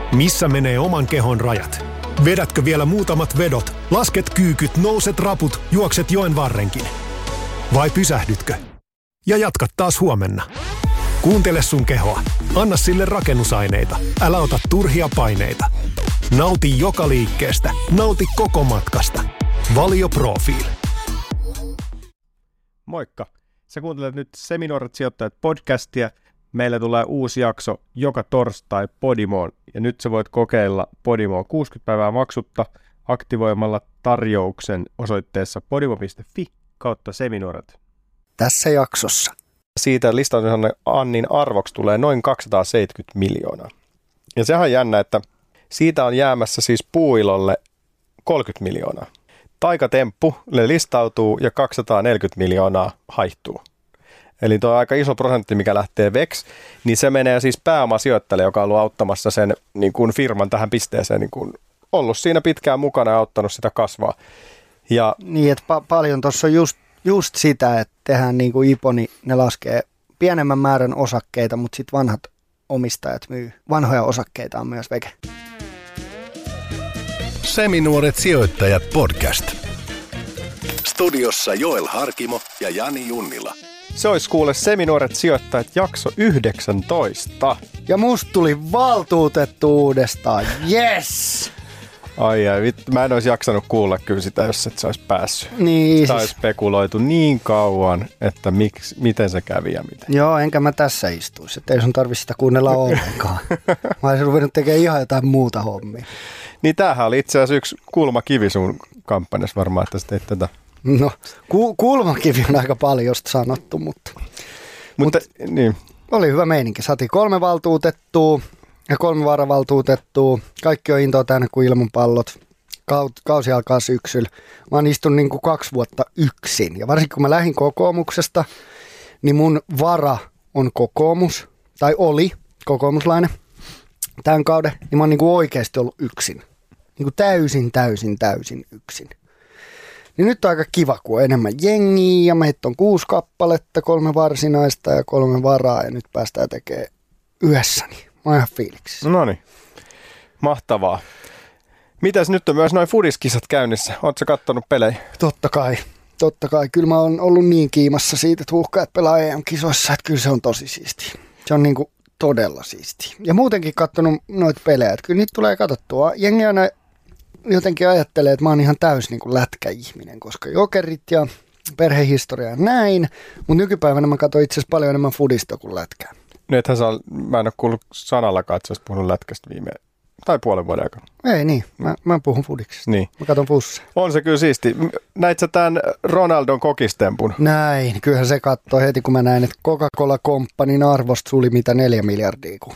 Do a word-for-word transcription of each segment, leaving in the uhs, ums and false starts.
Missä menee oman kehon rajat? Vedätkö vielä muutamat vedot, lasket kyykyt, nouset raput, juokset joen varrenkin? Vai pysähdytkö? Ja jatkat taas huomenna. Kuuntele sun kehoa. Anna sille rakennusaineita. Älä ota turhia paineita. Nauti joka liikkeestä. Nauti koko matkasta. Valio Profiil. Moikka. Sä kuuntelet nyt Seminuoret sijoittajat podcastia. Meillä tulee uusi jakso joka torstai Podimoon. Ja nyt sä voit kokeilla Podimoa kuusikymmentä päivää maksutta aktivoimalla tarjouksen osoitteessa podimo piste fi kautta seminuoret. Tässä jaksossa. Siitä listautuneen Annin arvoksi tulee noin kaksisataaseitsemänkymmentä miljoonaa. Ja sehän on jännä, että siitä on jäämässä siis puuilolle kolmekymmentä miljoonaa. Taikatemppu listautuu ja kaksisataaneljäkymmentä miljoonaa haihtuu. Eli tuo on aika iso prosentti, mikä lähtee veksi, niin se menee siis pääomasijoittajalle, joka on ollut auttamassa sen niin kuin firman tähän pisteeseen, niin kuin ollut siinä pitkään mukana ja auttanut sitä kasvaa. Ja niin, että pa- paljon tuossa on just, just sitä, että tehdään niin kuin I P O, niin ne laskee pienemmän määrän osakkeita, mutta sitten vanhat omistajat myy. Vanhoja osakkeita on myös veke. Seminuoret sijoittajat podcast. Studiossa Joel Harkimo ja Jani Junnila. Se olisi kuule Seminuoret sijoittajat jakso yhdeksäntoista. Ja musta tuli valtuutettu uudestaan. Yes! Ai ai, vittu. Mä en olisi jaksanut kuulla kyllä sitä, jos et sä olisi päässyt. Niin, sitä olisi spekuloitu niin kauan, että miksi, miten se kävi ja miten. Joo, enkä mä tässä istuisi. Että ei sun tarvitse sitä kuunnella ollenkaan. Mä olisin ruvennut tekemään ihan jotain muuta hommia. Niin tämähän oli itse asiassa yksi kulmakivi sun kampanjassa varmaan, että sä teit tätä. No, ku- kulmakivi on aika paljon sanottu, mutta, mutta Mut, niin. Oli hyvä meininki. Saatiin kolme valtuutettua ja kolme varavaltuutettua. Kaikki on intoa täynnä kuin ilmanpallot. Kaut- kausi alkaa syksyllä. Mä oon istunut niin kuin kaksi vuotta yksin. Ja varsinkin kun mä lähdin kokoomuksesta, niin mun vara on kokoomus, tai oli kokoomuslainen tämän kauden. Niin mä oon niin kuin oikeasti ollut yksin. Niin kuin täysin, täysin, täysin yksin. Niin nyt on aika kiva, kun on enemmän jengiä ja meitä on kuusi kappaletta, kolme varsinaista ja kolme varaa ja nyt päästään tekemään yhdessä. Niin mä oon ihan fiiliksissä. No niin, mahtavaa. Mitäs nyt on myös noin fudiskisat käynnissä? Ootko sä kattonut pelejä? Totta kai, totta kai. Kyllä mä oon ollut niin kiimassa siitä, että Huuhkajat pelaa E M-kisoissa, että kyllä se on tosi siistiä. Se on niinku todella siistiä. Ja muutenkin kattonut noita pelejä, että kyllä niitä tulee katsottua. Jengi aina jotenkin ajattelee, että mä oon ihan täys niin kuin lätkäihminen, koska jokerit ja perhehistoria ja näin, mutta nykypäivänä mä katson itse asiassa paljon enemmän fudista kuin lätkää. No ethän saa, mä en ole kuullut sanallakaan, että sä olisit puhunut lätkästä viime, tai puolen vuoden aikana. Ei niin, mä, mä puhun fudiksesta. Niin. Mä katson pusseja. On se kyllä siisti. Näit sä tämän Ronaldon kokistempun? Näin, kyllähän se katsoi heti, kun mä näin, että Coca-Cola Companyn arvosta suli mitä neljä miljardia, kun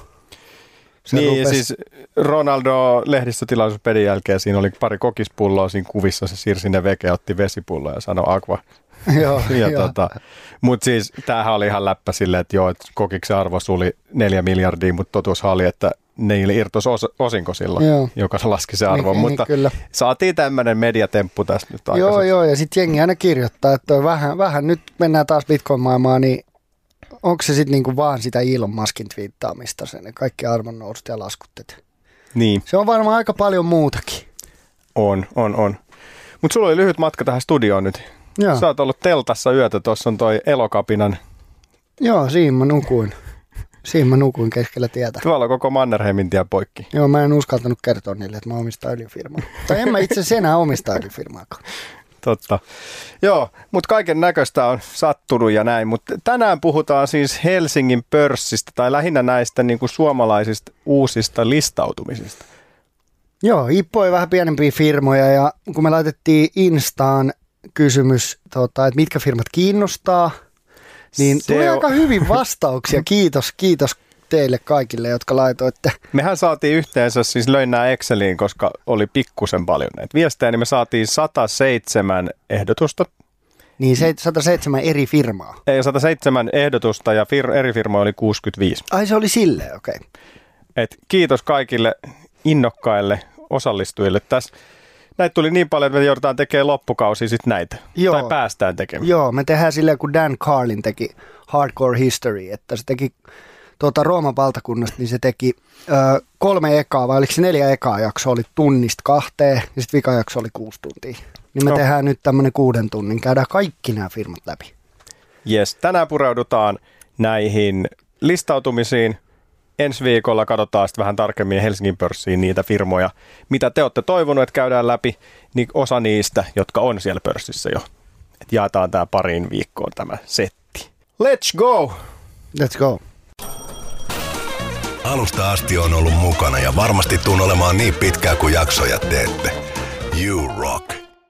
se niin, rupesi. Siis Ronaldo lehdistötilaisuus pelin jälkeen, siinä oli pari kokispulloa siinä kuvissa, se siirsi ne veke ja otti vesipulloa ja sanoi aqua. Joo, ja joo. Tota, mutta siis tämähän oli ihan läppä silleen, että joo, että kokiksen arvo suli neljä miljardia, mutta totuushan oli, että neille irtosi os, osinko silloin, joo. joka laski se arvo, niin, mutta niin, saatiin tämmöinen mediatemppu tästä nyt aikaisemmin. Joo, joo, ja sitten jengi aina kirjoittaa, että vähän, vähän nyt mennään taas Bitcoin-maailmaan, niin onko se sitten niinku vaan sitä Elon Muskin twiittaamista, sen kaikki arvonnousut ja laskut? Niin. Se on varmaan aika paljon muutakin. On, on, on. Mutta sulla oli lyhyt matka tähän studioon nyt. Joo. Sä oot ollut teltassa yötä, tuossa on toi Elokapinan. Joo, siinä mä nukuin. Siinä mä nukuin keskellä tietä. Tuolla koko Mannerheimin tie poikki. Joo, mä en uskaltanut kertoa niille, että mä omistan öljyfirmaa. Tai en mä itse asiassa enää omista öljyfirmaakaan. Totta. Joo, mutta kaiken näköistä on sattunut ja näin, mutta tänään puhutaan siis Helsingin pörssistä tai lähinnä näistä niin kuin suomalaisista uusista listautumisista. Joo, ippoi vähän pienempiä firmoja ja kun me laitettiin Instaan kysymys, tota, että mitkä firmat kiinnostaa, niin Se tuli on... aika hyvin vastauksia. Kiitos, kiitos teille kaikille, jotka laitoitte. Mehän saatiin yhteensä, siis löin nämä Exceliin, koska oli pikkusen paljon näitä viestejä, niin me saatiin sata seitsemän ehdotusta. Niin se sata seitsemän eri firmaa. Ei, sata seitsemän ehdotusta ja fir- eri firmoja oli kuusikymmentäviisi. Ai se oli silleen, okei. Okay. Et kiitos kaikille innokkaille osallistujille tässä. Näitä tuli niin paljon, että me joudutaan tekemään loppukausia sitten näitä. Joo. Tai päästään tekemään. Joo, me tehdään silleen, kun Dan Carlin teki Hardcore History, että se teki tuota Rooman valtakunnasta, niin se teki ö, kolme ekaa, vai oliko se neljä ekaa jaksoa, oli tunnista kahteen, ja sitten vika jakso oli kuusi tuntia. Niin me no. tehdään nyt tämmöinen kuuden tunnin, käydään kaikki nämä firmat läpi. Jes, tänään pureudutaan näihin listautumisiin. Ensi viikolla katsotaan sitten vähän tarkemmin Helsingin pörssiin niitä firmoja, mitä te olette toivonut, että käydään läpi, niin osa niistä, jotka on siellä pörssissä jo. Et jaetaan tämä pariin viikkoon tämä setti. Let's go! Let's go! Alusta asti on ollut mukana ja varmasti tuun olemaan niin pitkään kuin jaksoja teette. You rock!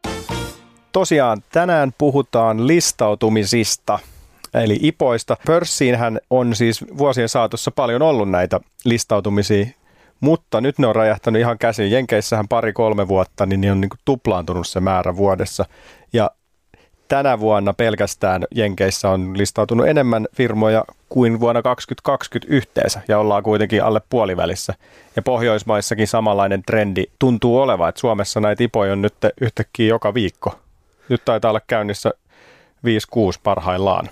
Tosiaan tänään puhutaan listautumisista, eli ipoista. Pörssiinhän on siis vuosien saatossa paljon ollut näitä listautumisia, mutta nyt ne on räjähtänyt ihan käsin. Jenkeissähän pari-kolme vuotta, niin ne on niin kuin tuplaantunut se määrä vuodessa. Ja tänä vuonna pelkästään Jenkeissä on listautunut enemmän firmoja kuin vuonna kaksituhattakaksikymmentä yhteensä, ja ollaan kuitenkin alle puolivälissä. Ja Pohjoismaissakin samanlainen trendi tuntuu olevan, että Suomessa näitä ipoja on nyt yhtäkkiä joka viikko. Nyt taitaa olla käynnissä viisi kuusi parhaillaan.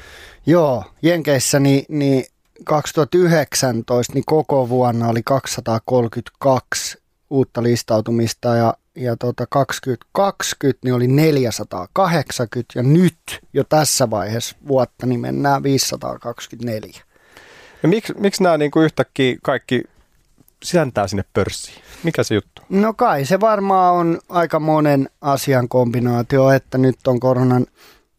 Joo, Jenkeissä niin, niin kaksituhattayhdeksäntoista niin koko vuonna oli kaksisataakolmekymmentäkaksi uutta listautumista ja, ja tota kaksituhattakaksikymmentä niin oli neljäsataakahdeksankymmentä ja nyt jo tässä vaiheessa vuotta niin mennään viisisataakaksikymmentäneljä. Ja miksi, miksi nämä niin kuin yhtäkkiä kaikki sisäntää sinne pörssiin? Mikä se juttu? No kai se varmaan on aika monen asian kombinaatio, että nyt on koronan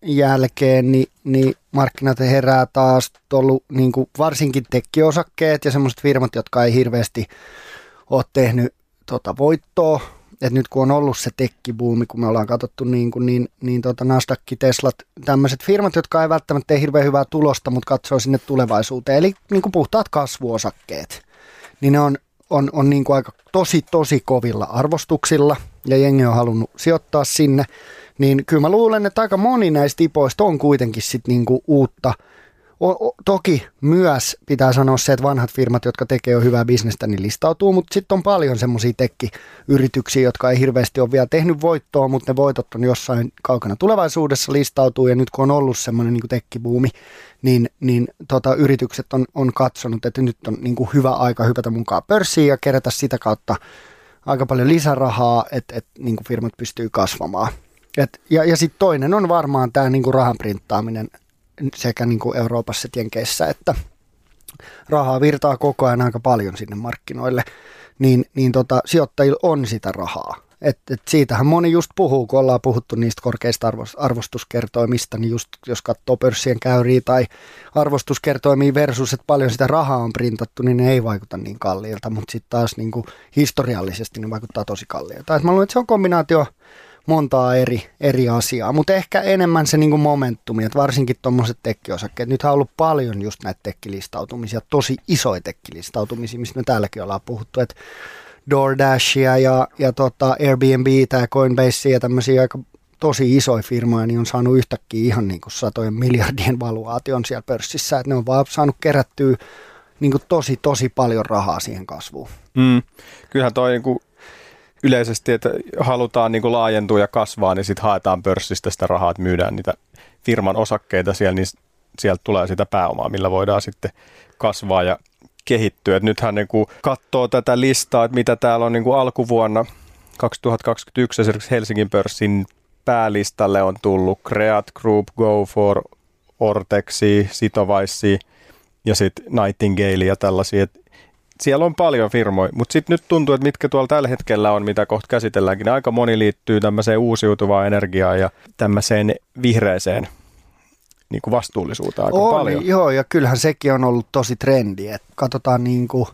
jälkeen niin, niin markkinat herää taas, ollut niin kuin varsinkin tekkiosakkeet ja semmoiset firmat, jotka ei hirveästi ole tehnyt tota voittoa. Et nyt kun on ollut se tekkibuumi, kun me ollaan katsottu niin, kuin, niin, niin tota Nasdaq, Teslat, tämmöiset firmat, jotka ei välttämättä tee hirveän hyvää tulosta, mutta katsoo sinne tulevaisuuteen. Eli niin kuin puhtaat kasvuosakkeet, niin ne on, on, on niin kuin aika tosi, tosi kovilla arvostuksilla ja jengi on halunnut sijoittaa sinne. Niin kyllä mä luulen, että aika moni näistä tipoista on kuitenkin sit niinku uutta. O, o, toki myös pitää sanoa se, että vanhat firmat, jotka tekee jo hyvää bisnestä, niin listautuu, mutta sitten on paljon semmoisia tekkiyrityksiä, jotka ei hirveästi ole vielä tehnyt voittoa, mutta ne voitot on jossain kaukana tulevaisuudessa listautuu, ja nyt kun on ollut semmoinen niinku tekkibuumi, niin, niin tota, yritykset on, on katsonut, että nyt on niinku hyvä aika hypätä mukaan pörssiin ja kerätä sitä kautta aika paljon lisärahaa, että et, niinku firmat pystyy kasvamaan. Et, ja ja sitten toinen on varmaan tämä niinku rahan printtaaminen sekä niinku Euroopassa että Jenkeissä, että rahaa virtaa koko ajan aika paljon sinne markkinoille, niin, niin tota, sijoittajilla on sitä rahaa. Et, et siitähän moni just puhuu, kun ollaan puhuttu niistä korkeista arvostuskertoimista, niin just jos katsoo pörssien käyriä tai arvostuskertoimia versus, että paljon sitä rahaa on printattu, niin ne ei vaikuta niin kalliilta, mutta sitten taas niinku historiallisesti ne vaikuttaa tosi kalliilta. Et mä luulen, että se on kombinaatio montaa eri, eri asiaa, mutta ehkä enemmän se niinku momentumi, että varsinkin tuommoiset tekkiosakkeet. Nythän on ollut paljon just näitä tekkilistautumisia, tosi isoja tekkilistautumisia, mistä me täälläkin ollaan puhuttu, että DoorDashia ja, ja tota Airbnbtä ja Coinbasea ja tämmöisiä aika tosi isoja firmoja, niin on saanut yhtäkkiä ihan niinku satojen miljardien valuaation siellä pörssissä, että ne on vaan saanut kerättyä niinku tosi, tosi paljon rahaa siihen kasvuun. Mm. Kyllähän toi niinku yleisesti, että halutaan niin kuin laajentua ja kasvaa, niin sitten haetaan pörssistä sitä rahaa, että myydään niitä firman osakkeita siellä, niin sieltä tulee sitä pääomaa, millä voidaan sitten kasvaa ja kehittyä. Et nythän niin kuin katsoo tätä listaa, että mitä täällä on niin kuin alkuvuonna kaksituhattakaksikymmentäyksi esimerkiksi Helsingin pörssin päälistalle on tullut Creat Group, GoFor, Ortexi, Sitowice ja sitten Nightingale ja tällaisia. Et siellä on paljon firmoja, mutta sitten nyt tuntuu, että mitkä tuolla tällä hetkellä on, mitä kohta käsitelläänkin, niin aika moni liittyy tämmöiseen uusiutuvaan energiaan ja tämmöiseen vihreäseen niin kuin vastuullisuuteen aika on, paljon. Joo, ja kyllähän sekin on ollut tosi trendi, että katsotaan niin kuin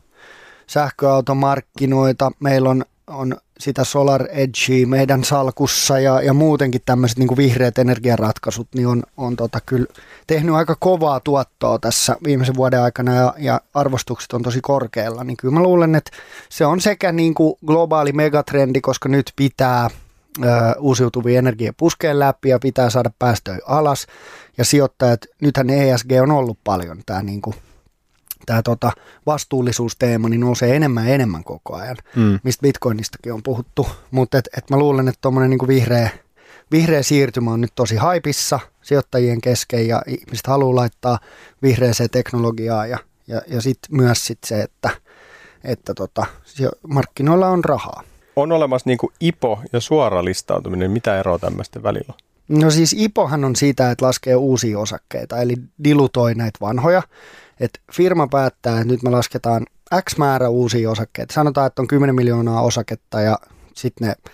sähköautomarkkinoita, meillä on, on sitä Solar Edgea meidän salkussa ja, ja muutenkin tämmöiset niin kuin vihreät energiaratkaisut, niin on, on tota kyllä tehnyt aika kovaa tuottoa tässä viimeisen vuoden aikana ja, ja arvostukset on tosi korkealla, niin kyllä mä luulen, että se on sekä niin kuin globaali megatrendi, koska nyt pitää ö, uusiutuvia energiaa puskea läpi ja pitää saada päästöjä alas ja sijoittajat, nythän E S G on ollut paljon tämä niin kuin tämä tota, vastuullisuusteema niin nousee enemmän ja enemmän koko ajan, mm. mistä Bitcoinistakin on puhuttu, mutta et, et mä luulen, että tuommoinen niinku vihreä, vihreä siirtymä on nyt tosi haipissa sijoittajien kesken ja ihmiset haluaa laittaa vihreäseen teknologiaan ja, ja, ja sitten myös sit se, että että tota, markkinoilla on rahaa. On olemassa niin kuin I P O ja suora listautuminen. Mitä eroa tämmöisten välillä on? No siis I P Ohan on siitä, että laskee uusia osakkeita, eli dilutoi näitä vanhoja. Että firma päättää, että nyt me lasketaan X määrä uusia osakkeita. Sanotaan, että on kymmenen miljoonaa osaketta ja sitten ne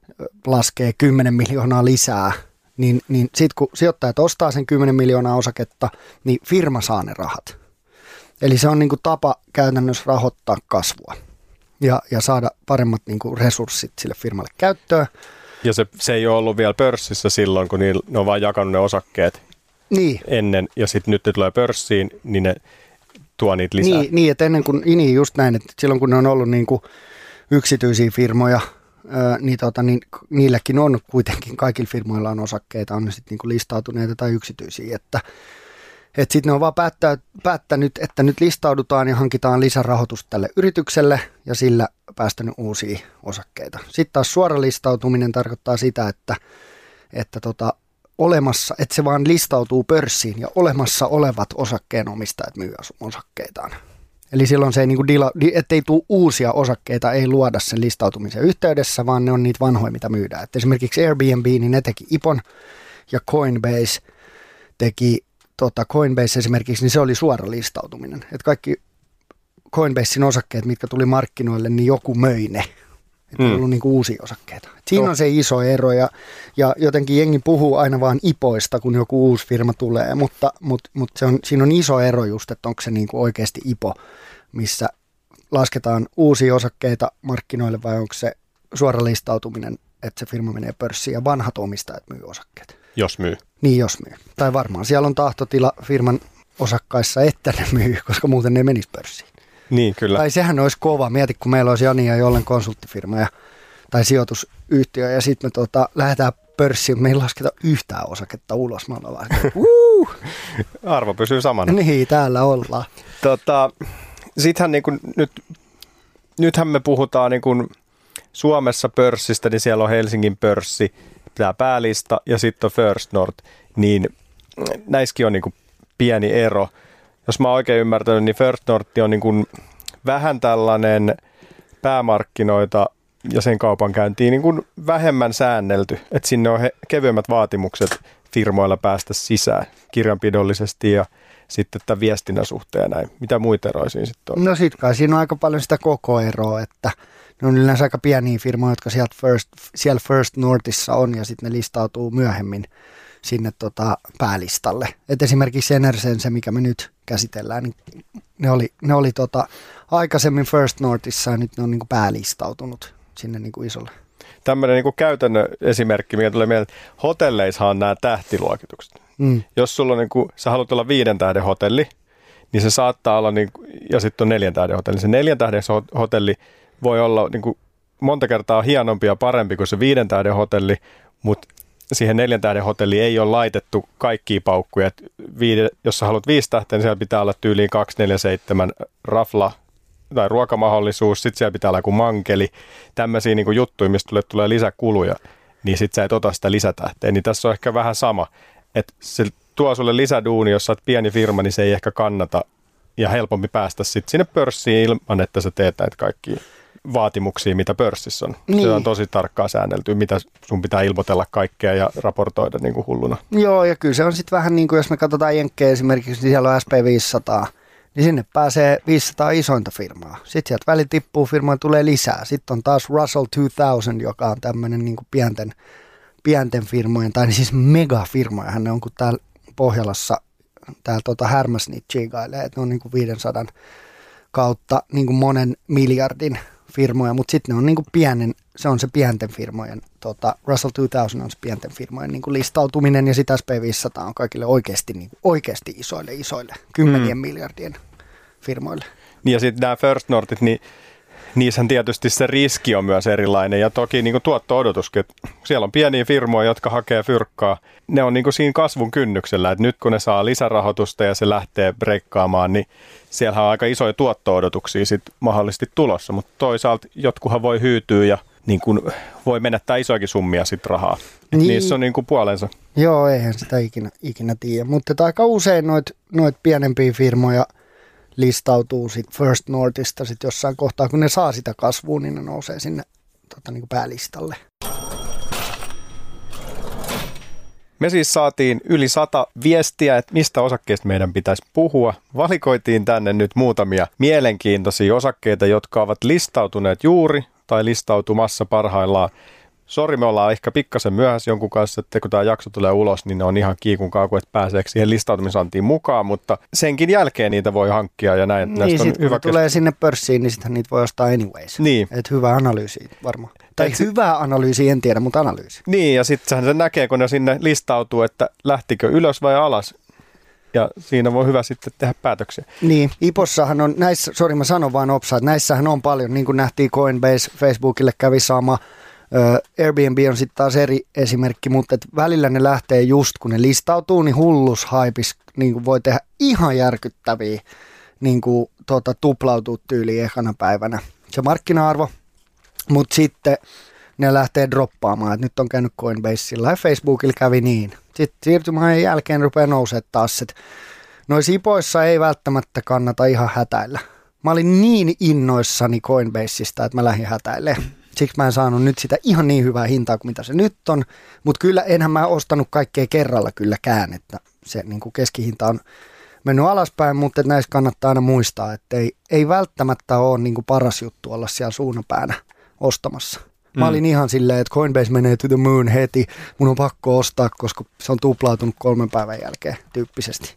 laskee kymmenen miljoonaa lisää. Niin, niin sitten kun sijoittajat ostaa sen kymmenen miljoonaa osaketta, niin firma saa ne rahat. Eli se on niinku tapa käytännössä rahoittaa kasvua ja, ja saada paremmat niinku resurssit sille firmalle käyttöön. Ja se, se ei ole ollut vielä pörssissä silloin, kun niillä, ne on vaan jakanut ne osakkeet niin. ennen, ja sitten nyt ne tulee pörssiin, niin ne tuo niitä lisää. Niin, niin että ennen kuin, niin just näin, että silloin kun ne on ollut niinku yksityisiä firmoja, ää, niin, tota, niin niilläkin on kuitenkin, kaikilla firmoilla on osakkeita, on ne sitten niinku listautuneita tai yksityisiä, että Että sitten ne on vaan päättää, päättänyt, että nyt listaudutaan ja hankitaan lisärahoitusta tälle yritykselle ja sillä päästänyt uusia osakkeita. Sitten taas suora listautuminen tarkoittaa sitä, että, että, tota, olemassa, että se vaan listautuu pörssiin ja olemassa olevat osakkeenomistajat myy osakkeitaan. Eli silloin se ei niinku dila, ettei tule uusia osakkeita, ei luoda sen listautumisen yhteydessä, vaan ne on niitä vanhoja, mitä myydään. Et esimerkiksi Airbnb, niin ne teki I P On ja Coinbase teki Tota, Coinbase esimerkiksi, niin se oli suora listautuminen. Että kaikki Coinbasein osakkeet, mitkä tuli markkinoille, niin joku möi ne. Että hmm. on ollut niin kuin uusia osakkeita. Et siinä no. on se iso ero ja, ja jotenkin jengi puhuu aina vaan I P Oista, kun joku uusi firma tulee, mutta, mutta, mutta se on, siinä on iso ero just, että onko se niin kuin oikeasti I P O, missä lasketaan uusia osakkeita markkinoille vai onko se suora listautuminen, että se firma menee pörssiin ja vanhat omistajat myy osakkeet. Jos myy. Niin, jos myy. Tai varmaan siellä on tahtotila firman osakkaissa, että ne myy, koska muuten ne menisi pörssiin. Niin, kyllä. Tai sehän olisi kova. Mieti, kun meillä olisi Jani ja Jollen konsulttifirma ja, tai sijoitusyhtiö ja sitten me tota, lähdetään pörssiin, mutta me ei lasketa yhtään osaketta ulos. Me ollaan vaan, uh! Arvo pysyy samana. Niin, täällä ollaan. Tota, sittenhän niin kuin nyt, nythän me puhutaan niin kuin Suomessa pörssistä, niin siellä on Helsingin pörssi, tämä päälista ja sitten on First North, niin näissäkin on niin kuin pieni ero. Jos mä oon oikein ymmärtänyt, niin First North on niin kuin vähän tällainen päämarkkinoita ja sen kaupankäyntiin niin kuin vähemmän säännelty, että sinne on he, kevyemmät vaatimukset firmoilla päästä sisään kirjanpidollisesti ja sitten tämän viestinnän suhteen ja näin. Mitä muita eroja siinä sitten on? No sit kai siinä on aika paljon sitä koko eroa, että ne on yleensä aika pieniä firmoja, jotka sieltä First, siellä First Northissa on ja sitten ne listautuu myöhemmin sinne tota päälistalle. Et esimerkiksi Enersen, se mikä me nyt käsitellään, niin ne oli, ne oli tota aikaisemmin First Northissa ja nyt ne on niinku päälistautunut sinne niinku isolle. Tämmöinen niinku käytännön esimerkki, mikä tulee mieleen, hotelleissahan on nämä tähtiluokitukset. Mm. Jos sulla on niinku, sä haluat olla viiden tähden hotelli, niin se saattaa olla, niinku, ja sitten on neljän tähden hotelli. Se neljän tähden hotelli voi olla niinku, monta kertaa hienompi ja parempi kuin se viiden tähden hotelli, mutta siihen neljän tähden hotelliin ei ole laitettu kaikkia paukkuja. Viide, jos sä haluat viisi tähteä, niin siellä pitää olla tyyliin kaksi neljä seitsemän rafla tai ruokamahdollisuus, sitten siellä pitää olla joku mankeli, tämmöisiä niin kuin juttuja, mistä tulee, tulee lisäkuluja, niin sitten sä et ota sitä lisätähteä. Niin tässä on ehkä vähän sama, että se tuo sulle lisäduuni, jos sä oot pieni firma, niin se ei ehkä kannata ja helpompi päästä sitten sinne pörssiin ilman, että sä teet näitä kaikkia vaatimuksia, mitä pörssissä on. Niin. Se on tosi tarkkaan säännelty, mitä sun pitää ilmoitella kaikkea ja raportoida niin kuin hulluna. Joo, ja kyllä se on sitten vähän niin kuin, jos me katsotaan Jenkkejä esimerkiksi, niin siellä on S P viisisataa, niin sinne pääsee viisisataa isointa firmaa. Sitten sieltä väli tippuu, firmaa tulee lisää. Sitten on taas Russell kaksituhatta, joka on tämmöinen niin kuin pienten, pienten firmojen, tai siis megafirmoja. Ne on kuin täällä Pohjolassa, täällä tuota Härmäs niitä chiigailee, että ne on niin kuin viisisataa kautta niin kuin monen miljardin firmoja, mutta sitten ne on niin kuin pienen, se on se pienten firmojen, tota, Russell kaksituhatta on se pienten firmojen niin kuin listautuminen ja sitten S P viisisataa on kaikille oikeasti, niin kuin, oikeasti isoille, isoille, kymmenien mm. miljardien firmoille. Niin ja sitten nämä First Northit, niin niissähän tietysti se riski on myös erilainen ja toki niin kuin tuotto-odotuskin, että siellä on pieniä firmoja, jotka hakee fyrkkaa. Ne on niin kuin siinä kasvun kynnyksellä, että nyt kun ne saa lisärahoitusta ja se lähtee breikkaamaan, niin siellähän on aika isoja tuotto-odotuksia sitten mahdollisesti tulossa, mutta toisaalta jotkuhan voi hyytyä ja niin kuin voi menettää isoakin summia sitten rahaa. Niin. Niissä on niin kuin puolensa. Joo, eihän sitä ikinä, ikinä tiedä, mutta aika usein noit, noit pienempiä firmoja listautuu sit First Northista sit jossain kohtaa, kun ne saa sitä kasvua, niin ne nousee sinne tota, niin kuin päälistalle. Me siis saatiin yli sata viestiä, että mistä osakkeista meidän pitäisi puhua. Valikoitiin tänne nyt muutamia mielenkiintoisia osakkeita, jotka ovat listautuneet juuri tai listautumassa parhaillaan. Sori, me ollaan ehkä pikkasen myöhässä jonkun kanssa, että kun tämä jakso tulee ulos, niin ne on ihan kiikun kaaku, että pääseekö siihen listautumisantiin mukaan, mutta senkin jälkeen niitä voi hankkia ja näin. Niin, sitten kun kes- tulee sinne pörssiin, niin sitten niitä voi ostaa anyways. Niin. Että hyvä analyysi varmaan. Tai Et hyvää analyysi, en tiedä, mutta analyysi. Niin, ja sitten se näkee, kun ne sinne listautuu, että lähtikö ylös vai alas. Ja siinä voi hyvä sitten tehdä päätöksiä. Niin, Ipossahan on, näissä, sori mä sanon vaan opsa, että näissähän on paljon, niin kuin nähtiin Coinbase, Facebookille kävi sama, Airbnb on sitten taas eri esimerkki, mutta et välillä ne lähtee just, kun ne listautuu, niin hullus haipis niin voi tehdä ihan järkyttäviä, niin kuin tota, tuplautuu tyyliin ekana päivänä se markkina-arvo, mutta sitten ne lähtee droppaamaan, että nyt on käynyt Coinbasella ja Facebookilla kävi niin. Sitten siirtymäajan jälkeen rupeaa nousemaan taas, että noissa ipoissa ei välttämättä kannata ihan hätäillä. Mä olin niin innoissani Coinbaseista, että mä lähdin hätäilemään. Siksi mä en saanut nyt sitä ihan niin hyvää hintaa kuin mitä se nyt on, mutta kyllä enhän mä ostanut kaikkea kerralla kylläkään, että se niin kuin keskihinta on mennyt alaspäin, mutta näissä kannattaa aina muistaa, että ei, ei välttämättä ole niin kuin paras juttu olla siellä suunapäänä ostamassa. Mä mm. olin ihan silleen, että Coinbase menee to the moon heti, mun on pakko ostaa, koska se on tuplautunut kolmen päivän jälkeen tyyppisesti.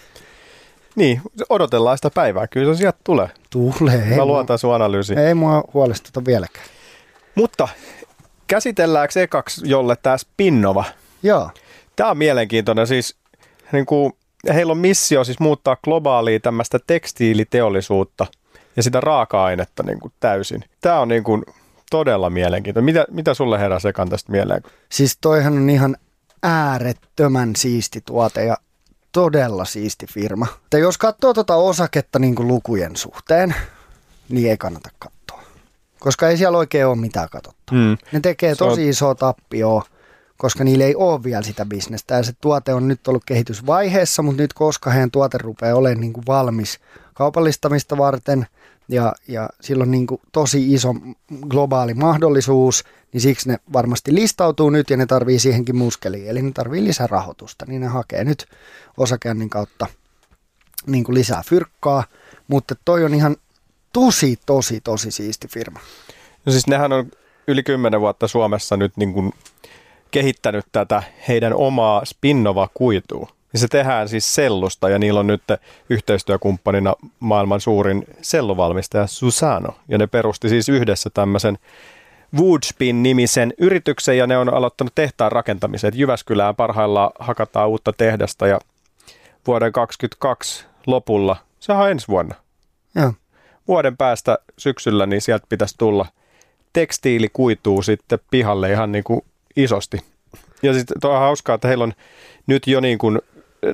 Niin, odotellaan sitä päivää, kyllä se sieltä tulee. Tulee. Mä luotan sun analyysiin. Ei mua huolestuta vieläkään. Mutta käsitelläänkö ekaksi jolle tämä Spinnova? Joo. Tämä on mielenkiintoinen. Siis, niin kuin, heillä on missio siis muuttaa globaalia tämmöistä tekstiiliteollisuutta ja sitä raaka-ainetta niin kuin täysin. Tämä on niin kuin todella mielenkiintoinen. Mitä, mitä sulle heräsi ekan tästä mieleen? Siis toihan on ihan äärettömän siisti tuote ja todella siisti firma. Että jos katsoo tuota osaketta niin kuin lukujen suhteen, niin ei kannata katsoa. Koska ei siellä oikein ole mitään katsottua. Mm. Ne tekee tosi isoa tappioa, koska niillä ei ole vielä sitä bisnestä. Ja se tuote on nyt ollut kehitysvaiheessa, mutta nyt koska heidän tuote rupeaa olemaan niin kuin valmis kaupallistamista varten ja, ja sillä on niin kuin tosi iso globaali mahdollisuus, niin siksi ne varmasti listautuu nyt ja ne tarvii siihenkin muskeliin. Eli ne tarvii lisää rahoitusta, niin ne hakee nyt osakeannin kautta niin kuin lisää fyrkkaa. Mutta toi on ihan tosi, tosi, tosi siisti firma. No siis nehän on yli kymmenen vuotta Suomessa nyt niin kuin kehittänyt tätä heidän omaa Spinnova-kuitua. Ja se tehdään siis sellusta ja niillä on nyt yhteistyökumppanina maailman suurin selluvalmistaja Suzano. Ja ne perusti siis yhdessä tämmöisen Woodspin-nimisen yrityksen ja ne on aloittanut tehtaan rakentamisen. Et Jyväskylään parhaillaan hakataan uutta tehdasta ja vuoden kaksikymmentäkaksi lopulla, sehän on ensi vuonna. Joo. Vuoden päästä syksyllä, niin sieltä pitäisi tulla tekstiilikuituu sitten pihalle ihan niin kuin isosti. Ja sitten tuo on hauskaa, että heillä on nyt jo niin kuin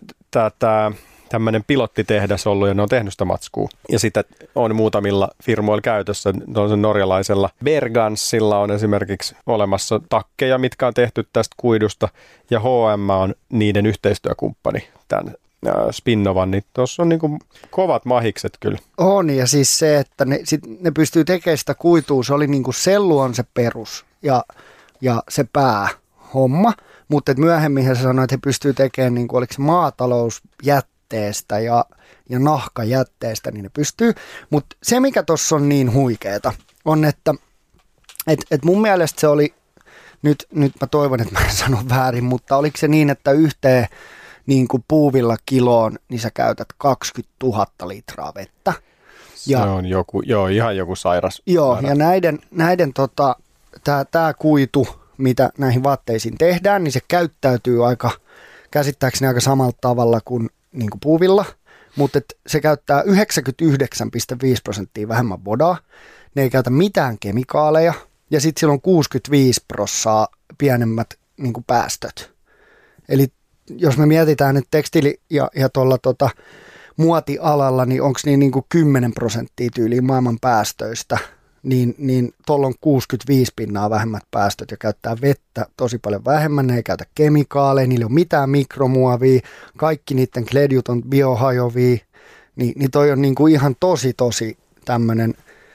tämä tämmöinen pilottitehdas ollut ja ne on tehnyt sitä matskua. Ja sitä on muutamilla firmoilla käytössä. Tuollaisen norjalaisella Bergansilla on esimerkiksi olemassa takkeja, mitkä on tehty tästä kuidusta. Ja H and M on niiden yhteistyökumppani tämän Spinnovan, niin tuossa on niin kuin kovat mahikset kyllä. On, ja siis se, että ne, sit ne pystyy tekemään sitä kuitua, se oli niin kuin sellu on se perus ja, ja se päähomma, mutta myöhemmin he sanoivat, että he pystyy tekemään, niin kuin, oliko se maatalousjätteestä ja, ja nahkajätteestä, niin ne pystyy, mutta se mikä tuossa on niin huikeeta, on, että et, et mun mielestä se oli, nyt, nyt mä toivon, että mä en sano väärin, mutta oliko se niin, että yhteen niin kuin puuvilla kiloon, niin sä käytät kaksikymmentätuhatta litraa vettä. Ja, se on joku, joo, ihan joku sairas. Joo, määrä. Ja näiden, näiden tota, tää, tää kuitu, mitä näihin vaatteisiin tehdään, niin se käyttäytyy aika, käsittääkseni aika samalla tavalla kuin, niin kuin puuvilla, mutta se käyttää yhdeksänkymmentäyhdeksän pilkku viisi prosenttia vähemmän vodaa, ne ei käytä mitään kemikaaleja, ja sitten sillä on kuusikymmentäviisi prosenttia pienemmät niin kuin päästöt. Eli jos me mietitään, että tekstiili- ja, ja tuolla tota, muotialalla, niin onko niin, niin kuin kymmenen prosenttia tyyliin maailman päästöistä, niin, niin tuolla on kuusikymmentäviisi pinnaa vähemmät päästöt ja käyttää vettä tosi paljon vähemmän, ne ei käytä kemikaaleja, niillä ei ole mitään mikromuovia, kaikki niiden kledjut on biohajoavia, Niin, niin toi on niin kuin ihan tosi tosi tämmöinen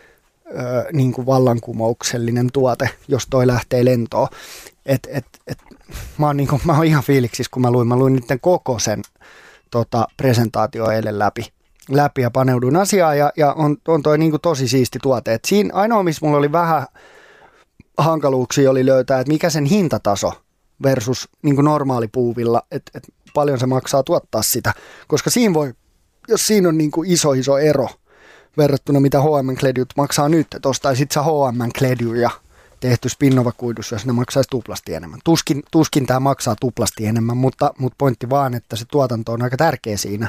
niin kuin vallankumouksellinen tuote, jos toi lähtee lentoon. Et, et, et, mä, oon niin kuin, mä oon ihan fiiliksissä, kun mä luin. Mä luin niiden koko sen tota, presentaatio eilen läpi. läpi ja paneuduin asiaan ja, ja on, on toi niin kuin tosi siisti tuote. Et siinä ainoa, missä mulla oli vähän hankaluuksia oli löytää, että mikä sen hintataso versus niin kuin normaali puuvilla, että et paljon se maksaa tuottaa sitä, koska siinä voi, jos siinä on niin kuin iso iso ero verrattuna mitä H and M-kledjut maksaa nyt, että ostaisit sä H and M-kledjuja tehty Spinnova-kuidussa, jos ne maksaisi tuplasti enemmän. Tuskin, tuskin tämä maksaa tuplasti enemmän, mutta, mutta pointti vaan, että se tuotanto on aika tärkeä siinä.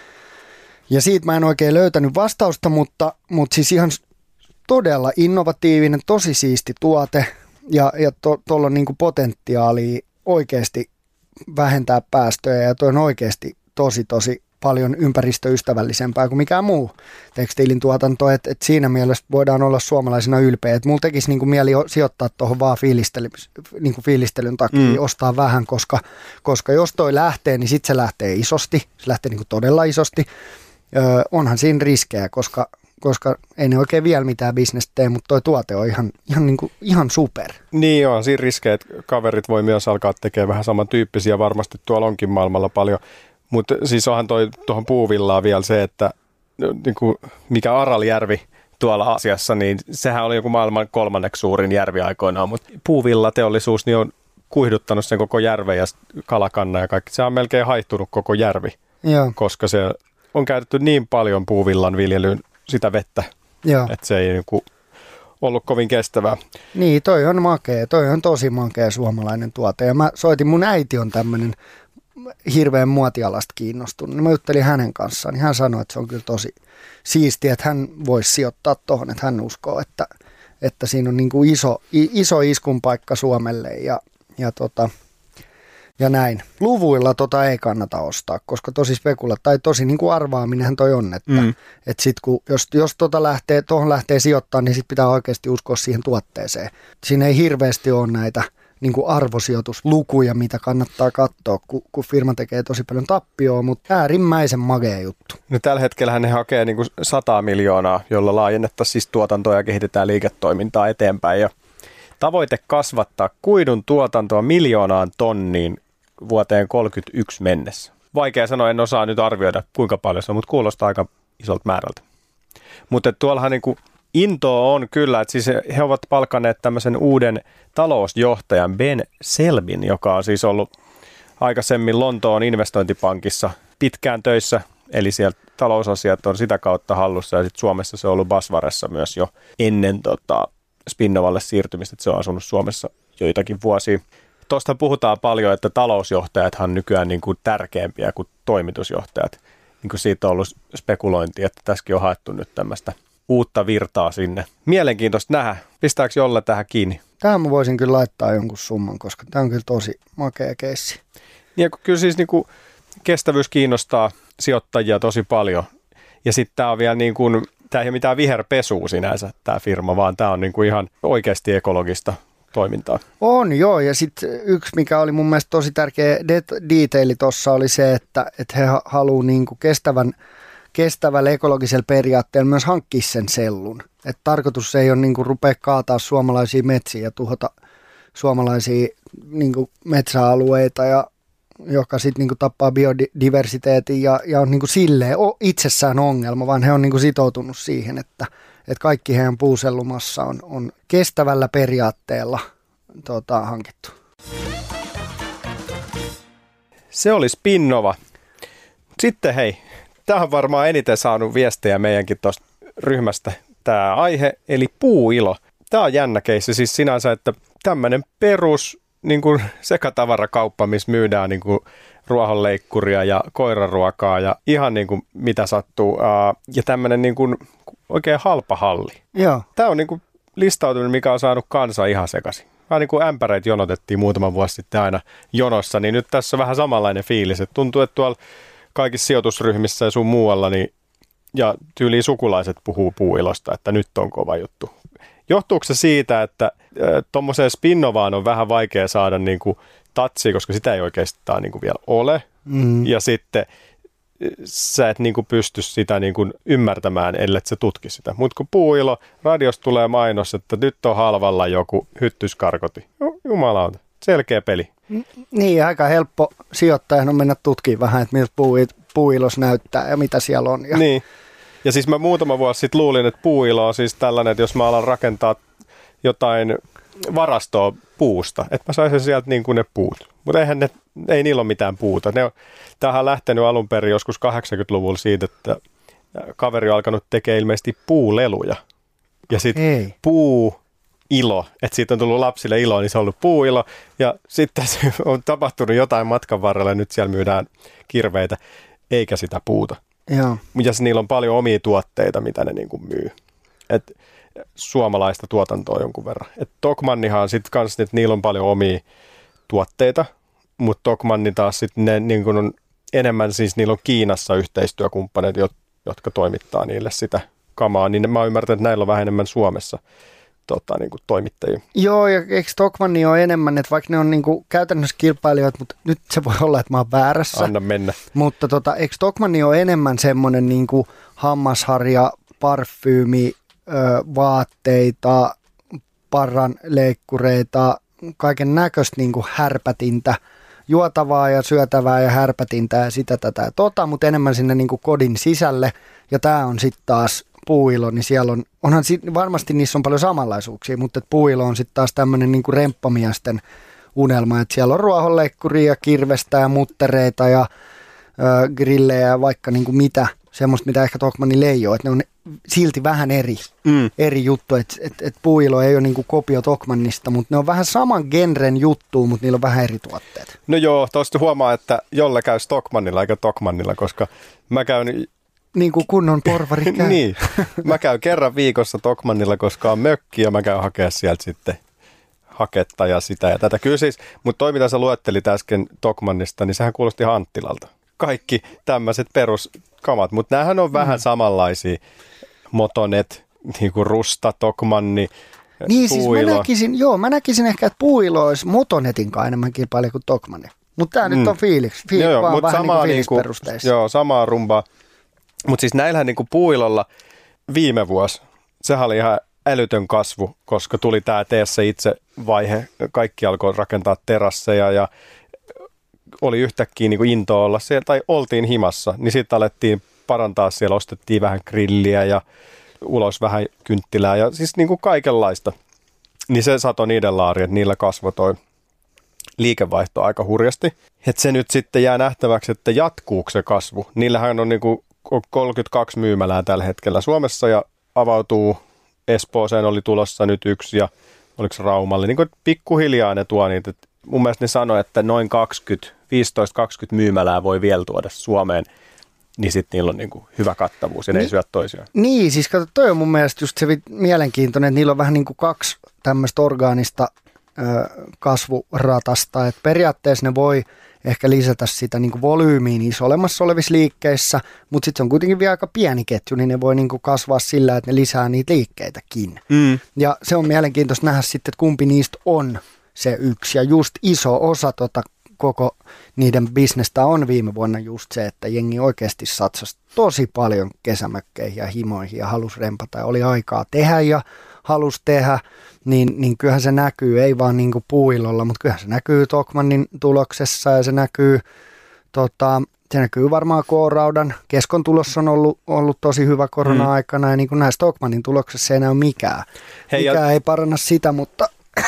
Ja siitä mä en oikein löytänyt vastausta, mutta, mutta siis ihan todella innovatiivinen, tosi siisti tuote ja, ja tuolla to, on niinku potentiaalia oikeasti vähentää päästöjä ja tuo on oikeasti tosi tosi paljon ympäristöystävällisempää kuin mikään muu tekstiilin tuotanto, että et siinä mielessä voidaan olla suomalaisina ylpeä. Et mulla tekisi niinku mieli sijoittaa tuohon vaan fiilistely, niinku fiilistelyn takia, mm. ostaa vähän, koska, koska jos toi lähtee, niin sitten se lähtee isosti, se lähtee niinku todella isosti. Öö, onhan siinä riskejä, koska, koska ei ne oikein vielä mitään bisnestä tee, mutta toi tuote on ihan, ihan, niinku, ihan super. Niin on, siinä riskejä, että kaverit voi myös alkaa tekemään vähän samantyyppisiä, varmasti tuolla onkin maailmalla paljon. Mutta siis onhan toi tuohon puuvillaan vielä se, että niin kuin mikä Araljärvi tuolla Aasiassa, niin sehän oli joku maailman kolmanneksi suurin järvi aikoinaan, mutta puuvillateollisuus niin on kuihduttanut sen koko järven ja kalakannan ja kaikki. Se on melkein haihtunut koko järvi, Joo. koska se on käytetty niin paljon puuvillan viljelyyn sitä vettä, Joo. että se ei niin kuin ollut kovin kestävää. Niin, toi on makea, toi on tosi makea suomalainen tuote ja mä soitin, mun äiti on tämmöinen hirveän muotialasta kiinnostunut. Mä juttelin hänen kanssaan, niin hän sanoi, että se on kyllä tosi siistiä, että hän voisi sijoittaa tuohon, että hän uskoo, että, että siinä on niin kuin iso, iso iskun paikka Suomelle ja, ja, tota, ja näin. Luvuilla tota ei kannata ostaa, koska tosi spekula tai tosi niin kuin arvaaminenhän toi on, että, mm. että sit kun, jos, jos tota lähtee, tuohon lähtee sijoittaa, niin sit pitää oikeasti uskoa siihen tuotteeseen. Siinä ei hirveästi ole näitä niin kuin arvosijoituslukuja, mitä kannattaa katsoa, kun, kun firma tekee tosi paljon tappioa, mutta äärimmäisen magea juttu. No tällä hetkellä ne hakee niin kuin sata miljoonaa, jolla laajennettaisiin siis tuotantoa ja kehitetään liiketoimintaa eteenpäin. Ja tavoite kasvattaa kuidun tuotantoa miljoonaan tonniin vuoteen kolmekymmentäyksi mennessä. Vaikea sanoa, en osaa nyt arvioida kuinka paljon se on, mutta kuulostaa aika isolta määrältä. Mutta tuollahan niin kuin intoa on kyllä, että siis he ovat palkanneet tämmöisen uuden talousjohtajan Ben Selbin, joka on siis ollut aikaisemmin Lontoon investointipankissa pitkään töissä, eli sieltä talousasiat on sitä kautta hallussa ja sitten Suomessa se on ollut Basvaressa myös jo ennen tota, Spinnovalle siirtymistä, että se on asunut Suomessa joitakin vuosia. Tuosta puhutaan paljon, että talousjohtajathan nykyään niin kuin tärkeämpiä kuin toimitusjohtajat. Niin kuin siitä on ollut spekulointi, että tässäkin on haettu nyt tämmöistä uutta virtaa sinne. Mielenkiintoista nähdä. Pistääkö Jolle tähän kiinni? Tähän mä voisin kyllä laittaa jonkun summan, koska tämä on kyllä tosi makea keissi. Ja kyllä siis niin kuin kestävyys kiinnostaa sijoittajia tosi paljon. Ja sitten tämä on vielä niin kuin, tämä ei ole mitään viherpesua sinänsä tämä firma, vaan tämä on niin kuin ihan oikeasti ekologista toimintaa. On joo, ja sitten yksi, mikä oli mun mielestä tosi tärkeä det- detaili tuossa oli se, että, että he haluaa niin kuin kestävän kestävällä ekologisella periaatteella myös hankkia sen sellun. Et tarkoitus ei ole niin kuin rupea kaataa suomalaisia metsiä ja tuhota suomalaisia niin kuin metsäalueita, ja, joka sitten niin kuin tappaa biodiversiteetin ja, ja on niin kuin silleen itsessään ongelma, vaan he on niin kuin sitoutunut siihen, että, että kaikki heidän puusellumassa on, on kestävällä periaatteella tota, hankittu. Se oli Spinnova. Sitten hei. Tämä on varmaan eniten saanut viestejä meidänkin tuosta ryhmästä, tämä aihe, eli puuilo. Tämä on jännä keissi siis sinänsä, että tämmöinen perus niin kuin sekatavarakauppa, missä myydään niin kuin ruohonleikkuria ja koiraruokaa ja ihan niin kuin mitä sattuu. Ja tämmöinen niin kuin oikein halpa halli. Joo. Tämä on niin kuin listautuminen, mikä on saanut kansa ihan sekaisin. Vähän niin kuin ämpäreitä jonotettiin muutama vuosi sitten aina jonossa, niin nyt tässä on vähän samanlainen fiilis. Että tuntuu, että tuolla kaikissa sijoitusryhmissä ja sun muualla, niin, ja tyyliin sukulaiset puhuu puuilosta, että nyt on kova juttu. Johtuuko se siitä, että tuommoiseen Spinnovaan on vähän vaikea saada niin kuin tatsia, koska sitä ei oikeastaan niin kuin vielä ole, mm. ja sitten sä et niin kuin pysty sitä niin kuin ymmärtämään, ellei sä tutki sitä. Mutta kun puuilo, radiosta tulee mainos, että nyt on halvalla joku hyttyskarkoti. Jumalauta, selkeä peli. Niin, aika helppo sijoittajan on mennä tutkimaan vähän, että miltä puuilos näyttää ja mitä siellä on. Ja... Niin. Ja siis mä muutama vuosi sitten luulin, että puuilo on siis tällainen, että jos mä alan rakentaa jotain varastoa puusta, että mä saisin sieltä niin kuin ne puut. Mutta eihän ne, ei niillä ole mitään puuta. Ne on, tämähän on lähtenyt alun perin joskus kahdeksankymmentäluvulla siitä, että kaveri on alkanut tekemään ilmeisesti puuleluja. Ja sitten puuilo, että siitä on tullut lapsille ilo, niin se on ollut puuilo. Ja sitten se on tapahtunut jotain matkan varrella ja nyt siellä myydään kirveitä, eikä sitä puuta. Joo. Ja niillä on paljon omia tuotteita, mitä ne niin kuin myy. Et suomalaista tuotantoa jonkun verran. Et Tokmannihan on sitten kanssa, että niillä on paljon omia tuotteita, mutta Tokmanni taas sitten ne niin kuin on enemmän, siis niillä on Kiinassa yhteistyökumppaneita, jotka toimittaa niille sitä kamaa, niin mä oon ymmärtänyt, että näillä on vähän enemmän Suomessa tota, niin kuin toimittajia. Joo, ja eikö Tokmanni ole enemmän, että vaikka ne on niin kuin käytännössä kilpailijoita, mutta nyt se voi olla, että mä oon väärässä. Anna mennä. Mutta tota, eikö Tokmanni ole enemmän semmoinen niin kuin hammasharja, parfyymi, ö, vaatteita, parran leikkureita, kaiken näköistä niin kuin härpätintä, juotavaa ja syötävää ja härpätintä ja sitä tätä ja tota, mutta enemmän sinne niin kuin kodin sisälle. Ja tämä on sitten taas puuilo, niin siellä on, onhan sit, varmasti niissä on paljon samanlaisuuksia, mutta puuilo on sitten taas tämmöinen niin kuin remppamiesten unelma, että siellä on ruohonleikkuria ja kirvestä ja muttereita ja ö, grillejä ja vaikka niin kuin mitä, semmoista mitä ehkä Tokmanni ei ole, että ne on silti vähän eri, mm. eri juttu, että et, et puuilo ei ole niin kuin kopio Tokmannista, mutta ne on vähän saman genren juttuun, mutta niillä on vähän eri tuotteet. No joo, tuosta huomaa, että jolle käy Tokmannilla eikä Tokmannilla, koska mä käyn... Niin kuin kunnon porvari käy. Niin, mä käyn kerran viikossa Tokmannilla, koska on mökki ja mä käyn hakea sieltä sitten haketta ja sitä ja tätä. Kyllä siis, mutta toi mitä sä luettelit äsken Tokmannista, niin sehän kuulosti ihan Anttilalta. Kaikki tämmöiset peruskamat, mutta näähän on mm. vähän samanlaisia. Motonet, niin kuin Rusta, Tokmanni, niin puuilo. Siis mä näkisin, joo, mä näkisin ehkä, että puuilo olisi Motonetin kanssa enemmän kilpailija kuin Tokmanni. Mutta tämä mm. nyt on fiiliksi, fiil, joo, vaan vähän niin kuin fiilisperusteissa. Joo, samaa rumbaa. Mutta siis näillähän niin kuin puuilolla viime vuosi, sehän oli ihan älytön kasvu, koska tuli tämä tee se itse vaihe. Kaikki alkoi rakentaa terasseja ja oli yhtäkkiä niin kuin intoa olla siellä, tai oltiin himassa, niin sitten alettiin parantaa siellä, ostettiin vähän grilliä ja ulos vähän kynttilää ja siis niin kuin kaikenlaista. Niin se satoi niiden laari, että niillä kasvoi toi liikevaihto aika hurjasti. Että se nyt sitten jää nähtäväksi, että jatkuuko se kasvu. Niillähän on niin kuin kolmekymmentäkaksi myymälää tällä hetkellä Suomessa ja avautuu Espooseen oli tulossa nyt yksi ja oliko se Raumalle. Niin kuin pikkuhiljaa ne tuo niitä. Et mun mielestä ne sanoi, että noin kaksikymmentä, viisitoista kaksikymmentä myymälää voi vielä tuoda Suomeen. Niin sitten niillä on niinku hyvä kattavuus ja ne niin, ei syö toisiaan. Niin, siis kato, toi on mun mielestä just se mielenkiintoinen, että niillä on vähän niin kuin kaksi tämmöistä orgaanista ö, kasvuratasta. Että periaatteessa ne voi ehkä lisätä sitä niin kuin volyymiin niissä olemassa olevissa liikkeissä, mutta sitten se on kuitenkin vielä aika pieni ketju, niin ne voi niin kuin kasvaa sillä, että ne lisää niitä liikkeitäkin. Mm. Ja se on mielenkiintoista nähdä sitten, että kumpi niistä on se yksi. Ja just iso osa tota koko niiden bisnestä on viime vuonna just se, että jengi oikeasti satsasi tosi paljon kesämökkeihin ja himoihin ja halusi rempata ja oli aikaa tehdä ja halusi tehdä, niin, niin kyllähän se näkyy, ei vaan niin kuin puuilolla, mutta kyllähän se näkyy Tokmannin tuloksessa ja se näkyy, tota, se näkyy varmaan K-raudan. Keskon tulos on ollut, ollut tosi hyvä korona-aikana ja niin kuin näissä Tokmannin tuloksessa ei näy mikään. Hei, mikään ja... ei paranna sitä, mutta...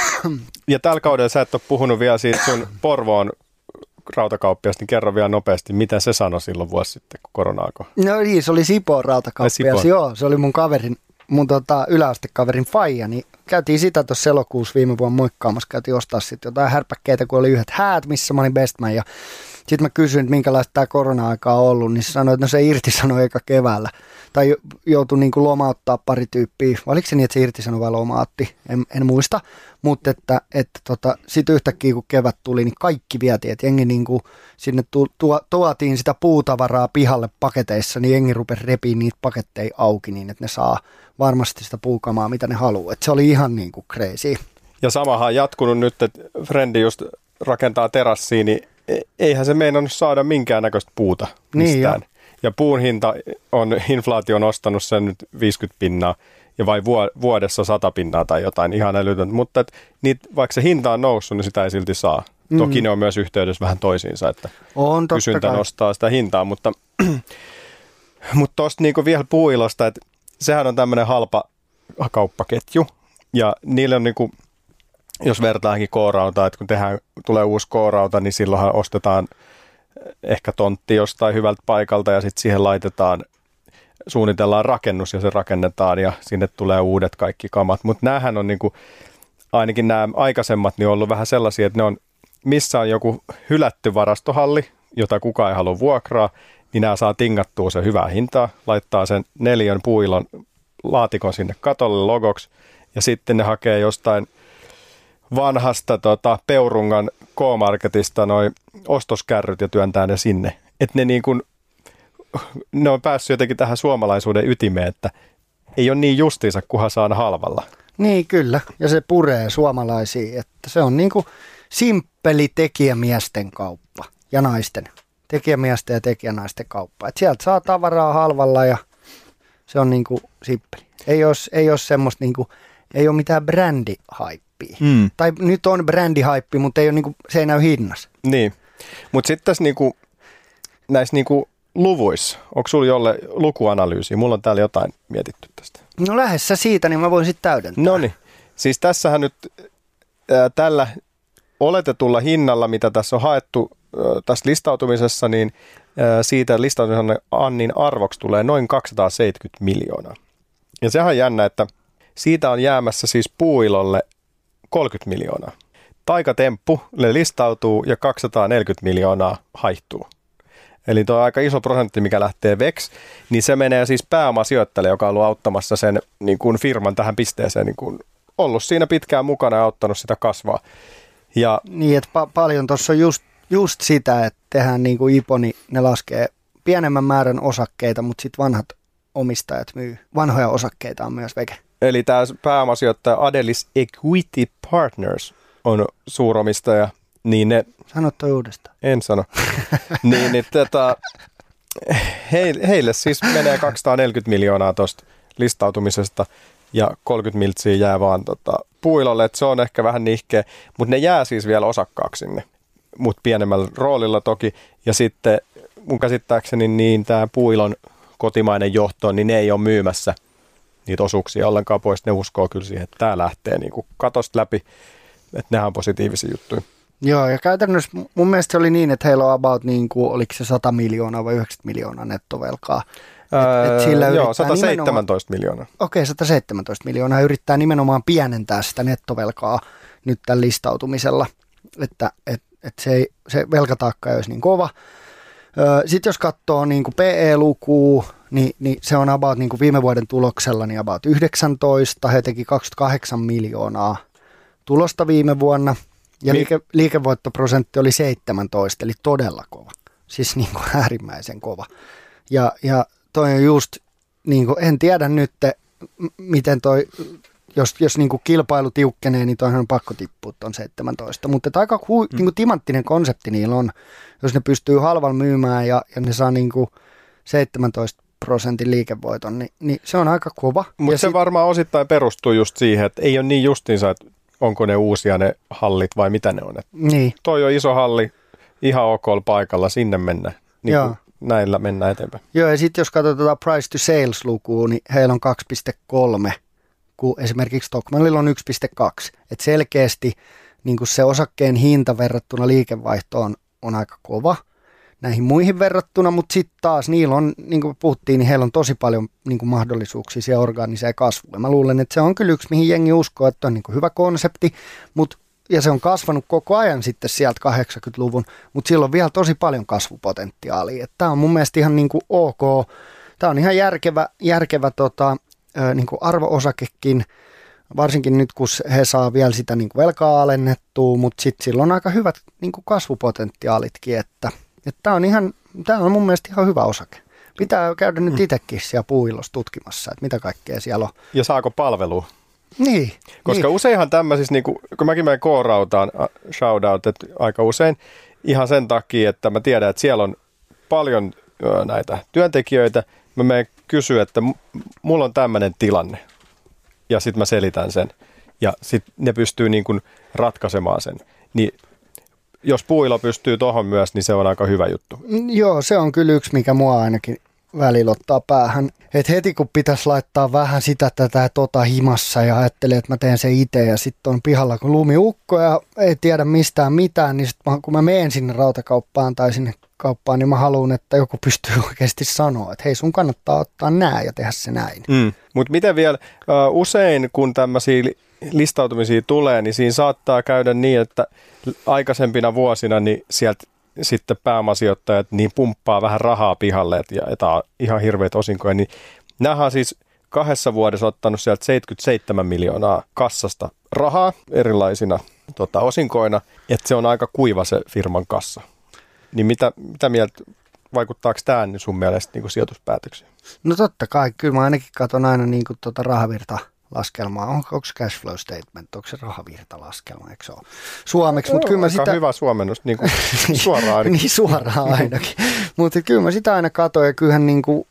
Ja tällä kaudella sä et ole puhunut vielä siitä sun Porvoon rautakauppiasta, niin kerro vielä nopeasti, mitä se sanoi silloin vuosi sitten, kun korona alkoi. No niin, se oli Sipoon rautakauppias, joo, se oli mun kaverin, mun tota, yläastekaverin faija, niin käytiin sitä tuossa elokuussa viime vuonna moikkaamassa, käytiin ostaa sitten jotain härpäkkeitä, kun oli yhdet häät, missä mä olin bestman, ja sitten mä kysyin, että minkälaista tämä korona-aika on ollut, niin se sanoi, että no se irtisanoi eka keväällä. Tai joutui niin kuin lomauttaa pari tyyppiä. Oliko se niin, että se irtisanoi vai lomautti? En, en muista. Mutta että, että tota, sitten yhtäkkiä kun kevät tuli, niin kaikki vietiin. Että jengi niin kuin sinne tu, tu, tuotiin sitä puutavaraa pihalle paketeissa, niin jengi rupesi repiä niitä paketteja auki niin, että ne saa varmasti sitä puukamaa, mitä ne haluaa. Että se oli ihan niin kuin crazy. Ja samahan on jatkunut nyt, että Frendi just rakentaa terassiin, niin eihän se meinannut saada minkäännäköistä puuta mistään. Niin Ja puun hinta on, inflaatio on ostanut sen nyt viisikymmentä pinnaa ja vai vuodessa sata pinnaa tai jotain ihan älytöntä. Mutta et niitä, vaikka se hinta on noussut, niin sitä ei silti saa. Mm. Toki ne on myös yhteydessä vähän toisiinsa, että on, kysyntä kai. nostaa sitä hintaa. Mutta mutta tuosta niinku vielä puuilosta, että sehän on tämmöinen halpa kauppaketju. Ja niille on niinku, jos vertaankin K-rautaa, että kun tehdään, tulee uusi K-rauta, niin silloinhan ostetaan ehkä tontti jostain hyvältä paikalta ja sitten siihen laitetaan, suunnitellaan rakennus ja se rakennetaan ja sinne tulee uudet kaikki kamat. Mutta näähän on niinku, ainakin nämä aikaisemmat niin on ollut vähän sellaisia, että ne on, missä on joku hylätty varastohalli, jota kukaan ei halua vuokraa, niin nämä saa tingattua se hyvää hintaa, laittaa sen neljän puilon laatikon sinne katolle logoksi ja sitten ne hakee jostain vanhasta tota, Peurungan K-Marketista noi ostoskärryt ja työntää ne sinne. Että ne, niin kun, ne on päässyt jotenkin tähän suomalaisuuden ytimeen, että ei ole niin justiinsa, kunhan saa halvalla. Niin kyllä, ja se puree suomalaisiin, että se on niin kuin simppeli tekijämiesten kauppa ja naisten. Tekijämiesten ja tekijänaisten kauppa. Et sieltä saa tavaraa halvalla ja se on niin kuin simppeli. Ei ole, ei ole semmoista, niin kuin, ei ole mitään brändihaippia. Mm. Tai nyt on brändihaippi, mutta ei ole, niin kuin, se ei näy hinnassa. Niin, mutta sitten tässä niinku, näissä niinku luvuissa, onko sulla jolle lukuanalyysiä? Mulla on täällä jotain mietitty tästä. No lähes sä siitä, niin mä voin sitten täydentää. No niin, siis tässähän nyt ää, tällä oletetulla hinnalla, mitä tässä on haettu ää, tässä listautumisessa, niin ää, siitä listautumisen annin arvoksi tulee noin kaksisataaseitsemänkymmentä miljoonaa. Ja sehän on jännä, että siitä on jäämässä siis puuilolle kolmekymmentä miljoonaa. Taikatemppu, ne listautuu ja kaksisataaneljäkymmentä miljoonaa haihtuu. Eli tuo aika iso prosentti, mikä lähtee veksi, niin se menee siis pääomasijoittajalle, joka on ollut auttamassa sen niin kuin firman tähän pisteeseen, niin kuin ollut siinä pitkään mukana ja auttanut sitä kasvaa. Ja, niin, että pa- paljon tuossa on just, just sitä, että tehdään niin kuin I P O, niin ne laskee pienemmän määrän osakkeita, mutta sitten vanhat omistajat myy. Vanhoja osakkeita on myös veke. Eli tämä pääomasijoittaja Adelis Equity Partners on suuromistaja, niin ne... Sano toi uudestaan. En sano. niin, niin tätä, heille, heille siis menee kaksisataaneljäkymmentä miljoonaa tuosta listautumisesta ja kolmekymmentä miltsiä jää vaan tota, puilolle, että se on ehkä vähän nihkeä, mutta ne jää siis vielä osakkaaksi sinne, mutta pienemmällä roolilla toki. Ja sitten mun käsittääkseni niin tämä puilon kotimainen johto, niin ne ei ole myymässä niitä osuuksia ollenkaan pois. Ne uskoo kyllä siihen, että tämä lähtee niin kuin katosta läpi, että nehän on positiivisia juttuja. Joo, ja käytännössä mun mielestä se oli niin, että heillä on about, niin kuin, oliko se sata miljoonaa vai yhdeksänkymmentä miljoonaa nettovelkaa. Et, et sillä joo, sata seitsemäntoista miljoonaa. Okei, okay, sata seitsemäntoista miljoonaa yrittää nimenomaan pienentää sitä nettovelkaa nyt tämän listautumisella, että et, et se, ei, se velkataakka ei olisi niin kova. Sitten jos katsoo niin kuin P E-lukua, niin, niin se on about niin kuin viime vuoden tuloksella niin about yhdeksäntoista. He teki kaksikymmentäkahdeksan miljoonaa tulosta viime vuonna. Ja liike, liikevoittoprosentti oli seitsemäntoista, eli todella kova. Siis niin kuin äärimmäisen kova. Ja, ja toi on just, niin kuin, en tiedä nyt, miten toi, jos, jos niin kuin kilpailu tiukkenee, niin toihan on pakko tippua tuon seitsemäntoista. Mutta aika hu, mm. niin kuin timanttinen konsepti niillä on, jos ne pystyy halvalla myymään ja, ja ne saa niin kuin seitsemäntoista prosentin liikevoiton, niin, niin se on aika kova. Mutta se sit varmaan osittain perustuu just siihen, että ei ole niin justiinsa, että onko ne uusia ne hallit vai mitä ne on. Niin. Toi on iso halli, ihan ok paikalla, sinne mennään. Niin näillä mennään eteenpäin. Joo, ja sitten jos katsotaan price to sales-lukua, niin heillä on kaksi pilkku kolme, kun esimerkiksi Stockmannilla on yksi pilkku kaksi. Et selkeästi niin se osakkeen hinta verrattuna liikevaihtoon on aika kova näihin muihin verrattuna, mutta sitten taas niillä on, niin kuin puhuttiin, niin heillä on tosi paljon niin kuin mahdollisuuksia siihen orgaaniseen kasvuun. Mä luulen, että se on kyllä yksi, mihin jengi uskoo, että on niin kuin hyvä konsepti, mutta, ja se on kasvanut koko ajan sitten sieltä kahdeksankymmentäluvun, mutta sillä on vielä tosi paljon kasvupotentiaalia. Tämä on mun mielestä ihan niin kuin ok, tämä on ihan järkevä, järkevä tota, niin kuin arvo-osakekin, varsinkin nyt, kun he saa vielä sitä niin kuin velkaa alennettua, mutta sitten sillä on aika hyvät niin kuin kasvupotentiaalitkin, että tämä on, ihan, tämä on mun mielestä ihan hyvä osake. Pitää käydä nyt itsekin siellä puuilossa tutkimassa, että mitä kaikkea siellä on. Ja saako palvelua? Niin. Koska niin. useinhan tämmöisissä, niin kun, kun mäkin menen K-rautaan, shoutout, että aika usein, ihan sen takia, että mä tiedän, että siellä on paljon näitä työntekijöitä. Mä menen kysyä, että mulla on tämmöinen tilanne ja sitten mä selitän sen ja sitten ne pystyy niin kuin ratkaisemaan sen. Niin jos Puuilo pystyy tohon myös, niin se on aika hyvä juttu. Joo, se on kyllä yksi, mikä mua ainakin välillä ottaa päähän. Et heti kun pitäisi laittaa vähän sitä tätä ja tota himassa ja ajattelee, että mä teen sen itse ja sitten on pihalla kun lumiukko ja ei tiedä mistään mitään, niin sit kun mä menen sinne rautakauppaan tai sinne kauppaan, niin mä haluan, että joku pystyy oikeasti sanoa, että hei sun kannattaa ottaa nää ja tehdä se näin. Mm. Mutta miten vielä, uh, usein kun tämmöisiä listautumisia tulee, niin siinä saattaa käydä niin, että aikaisempina vuosina niin sieltä sitten pääomasijoittajat niin pumppaa vähän rahaa pihalle ja etaa ihan hirveät osinkoja, niin nämähän on siis kahdessa vuodessa ottanut sieltä seitsemänkymmentäseitsemän miljoonaa kassasta rahaa erilaisina tota, osinkoina, että se on aika kuiva se firman kassa. Niin mitä, mitä mieltä, vaikuttaako tämä niin sun mielestä niin kuin sijoituspäätöksiä? No totta kai, kyllä mä ainakin katson aina niin kuin tuota rahavirta laskelmaa. On, onko se cash flow statement, onko se rahavirtalaskelma, eikö se ole suomeksi? Mut kyllä mä aika sitä... hyvä suomennus, niin kuin suoraan ainakin. Niin suoraan ainakin, mutta kyllä mä sitä aina katson ja kyllähän niin kuin,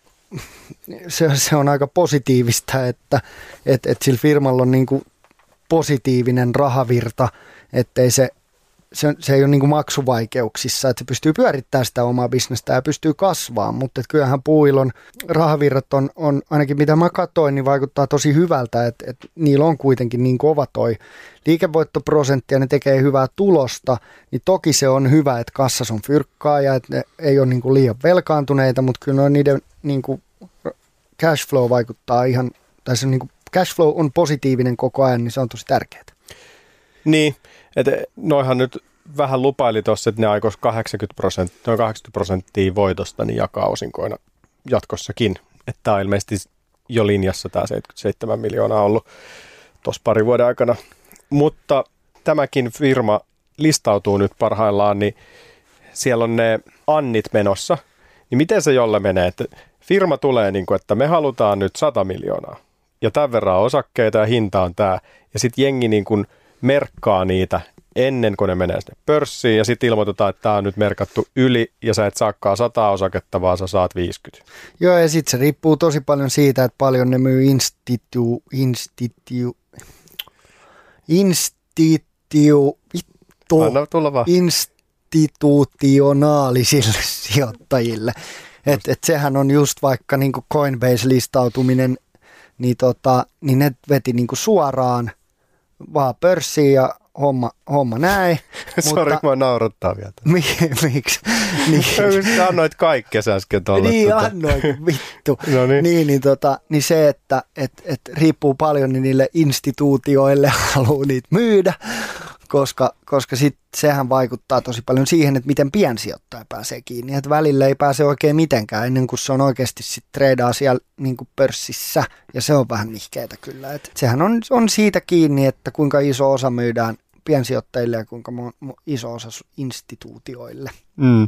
se, se on aika positiivista, että et, et sillä firmalla on niin kuin positiivinen rahavirta, ettei se Se, se ei ole niin kuin maksuvaikeuksissa, että se pystyy pyörittämään sitä omaa bisnestä ja pystyy kasvamaan, mutta kyllähän Puuilon rahavirrat on, on, ainakin mitä mä katsoin, niin vaikuttaa tosi hyvältä, että, että niillä on kuitenkin niin kova toi liikevoittoprosentti ja ne tekee hyvää tulosta, niin toki se on hyvä, että kassas on fyrkkaa ja että ne ei ole niin kuin liian velkaantuneita, mutta kyllä on niiden niin kuin cash flow vaikuttaa ihan, tai se niin kuin cash flow on positiivinen koko ajan, niin se on tosi tärkeää. Niin, että noihan nyt vähän lupaili tuossa, että ne aikoisi kahdeksankymmentä prosenttia, noin kahdeksankymmentä prosenttia voitosta niin jakaa osinkoina jatkossakin. Että tämä on ilmeisesti jo linjassa tämä seitsemänkymmentäseitsemän miljoonaa ollut tuossa parin vuoden aikana. Mutta tämäkin firma listautuu nyt parhaillaan, niin siellä on ne annit menossa. Niin miten se jolle menee? Että firma tulee niin kuin, että me halutaan nyt sata miljoonaa ja tämän verran osakkeita ja hinta on tämä. Ja sitten jengi niin kuin merkkaa niitä ennen kuin ne menee sinne pörssiin ja sitten ilmoitetaan, että tämä on nyt merkattu yli ja sä et saakaan sata osaketta, vaan sä saat viisikymmentä. Joo, ja sitten se riippuu tosi paljon siitä, että paljon ne myy institu, institu, institu, vittu, Anna tulla vaan. institutionaalisille sijoittajille. Että et sehän on just vaikka niinku Coinbase-listautuminen, niin, tota, niin ne veti niinku suoraan vaan pörssiin ja homma, homma näin. Sori, mutta... mua naurattaa vielä. Miksi? Niin. Sä annoit kaikkea äsken tuolle. Niin, tota. annoin, vittu. No niin. Niin, niin, tota, niin se, että et, et riippuu paljon, niin niille instituutioille haluaa niitä myydä, koska, koska sit sehän vaikuttaa tosi paljon siihen, että miten piensijoittaja pääsee kiinni. Että välillä ei pääse oikein mitenkään ennen kuin se on oikeasti sit treidaa siellä niin kuin pörssissä, ja se on vähän nihkeetä kyllä. Et sehän on, on siitä kiinni, että kuinka iso osa myydään piensijoittajille ja kuinka iso osa instituutioille. Mm.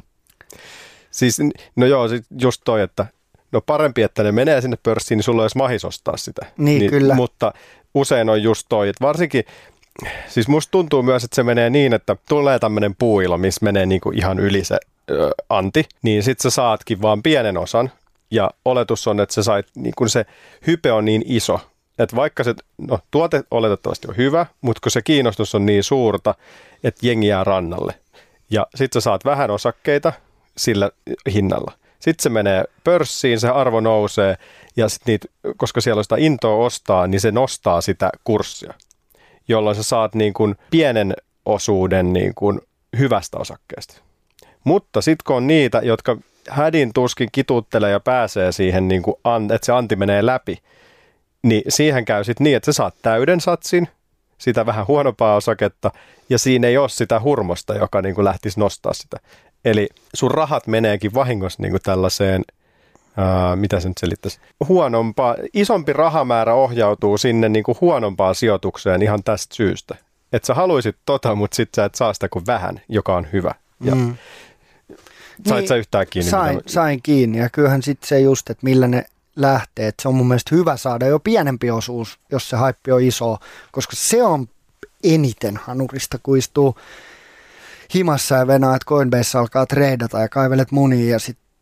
Siis, no joo, just toi, että no parempi, että ne menee sinne pörssiin, niin sulla on edes mahis ostaa sitä. Niin, niin kyllä. Mutta usein on just toi, että varsinkin, siis musta tuntuu myös, että se menee niin, että tulee tämmöinen Puuilo, missä menee niinku ihan yli se ö, anti, niin sit sä saatkin vaan pienen osan, ja oletus on, että sä sait, niin kun se hype on niin iso, että vaikka se, no tuote oletettavasti on hyvä, mutta kun se kiinnostus on niin suurta, että jengi jää rannalle. Ja sit sä saat vähän osakkeita sillä hinnalla. Sitten se menee pörssiin, se arvo nousee, ja sit niitä, koska siellä on sitä intoa ostaa, niin se nostaa sitä kurssia, jolloin sä saat niin kuin pienen osuuden niin kuin hyvästä osakkeesta. Mutta sitten kun on niitä, jotka hädin tuskin kituuttelee ja pääsee siihen, niin kuin, että se anti menee läpi, niin siihen käy sitten niin, että sä saat täyden satsin, sitä vähän huonompaa osaketta, ja siinä ei ole sitä hurmosta, joka niin kuin lähtisi nostaa sitä. Eli sun rahat meneekin vahingossa niin kuin tällaiseen, ää, mitä se nyt selittäisi, huonompaa, isompi rahamäärä ohjautuu sinne niin kuin huonompaan sijoitukseen ihan tästä syystä. Että sä haluisit tota, mutta sit sä et saa sitä kuin vähän, joka on hyvä. Ja mm. Sait niin, sä yhtään kiinni? Sain, sain kiinni, ja kyllähän sitten se just, että millä ne lähtee, että se on mun mielestä hyvä saada jo pienempi osuus, jos se haippi on iso, koska se on eniten hanurista, kun istuu himassa ja venaa, että Coinbase alkaa treidata ja kaivelet munia ja sitten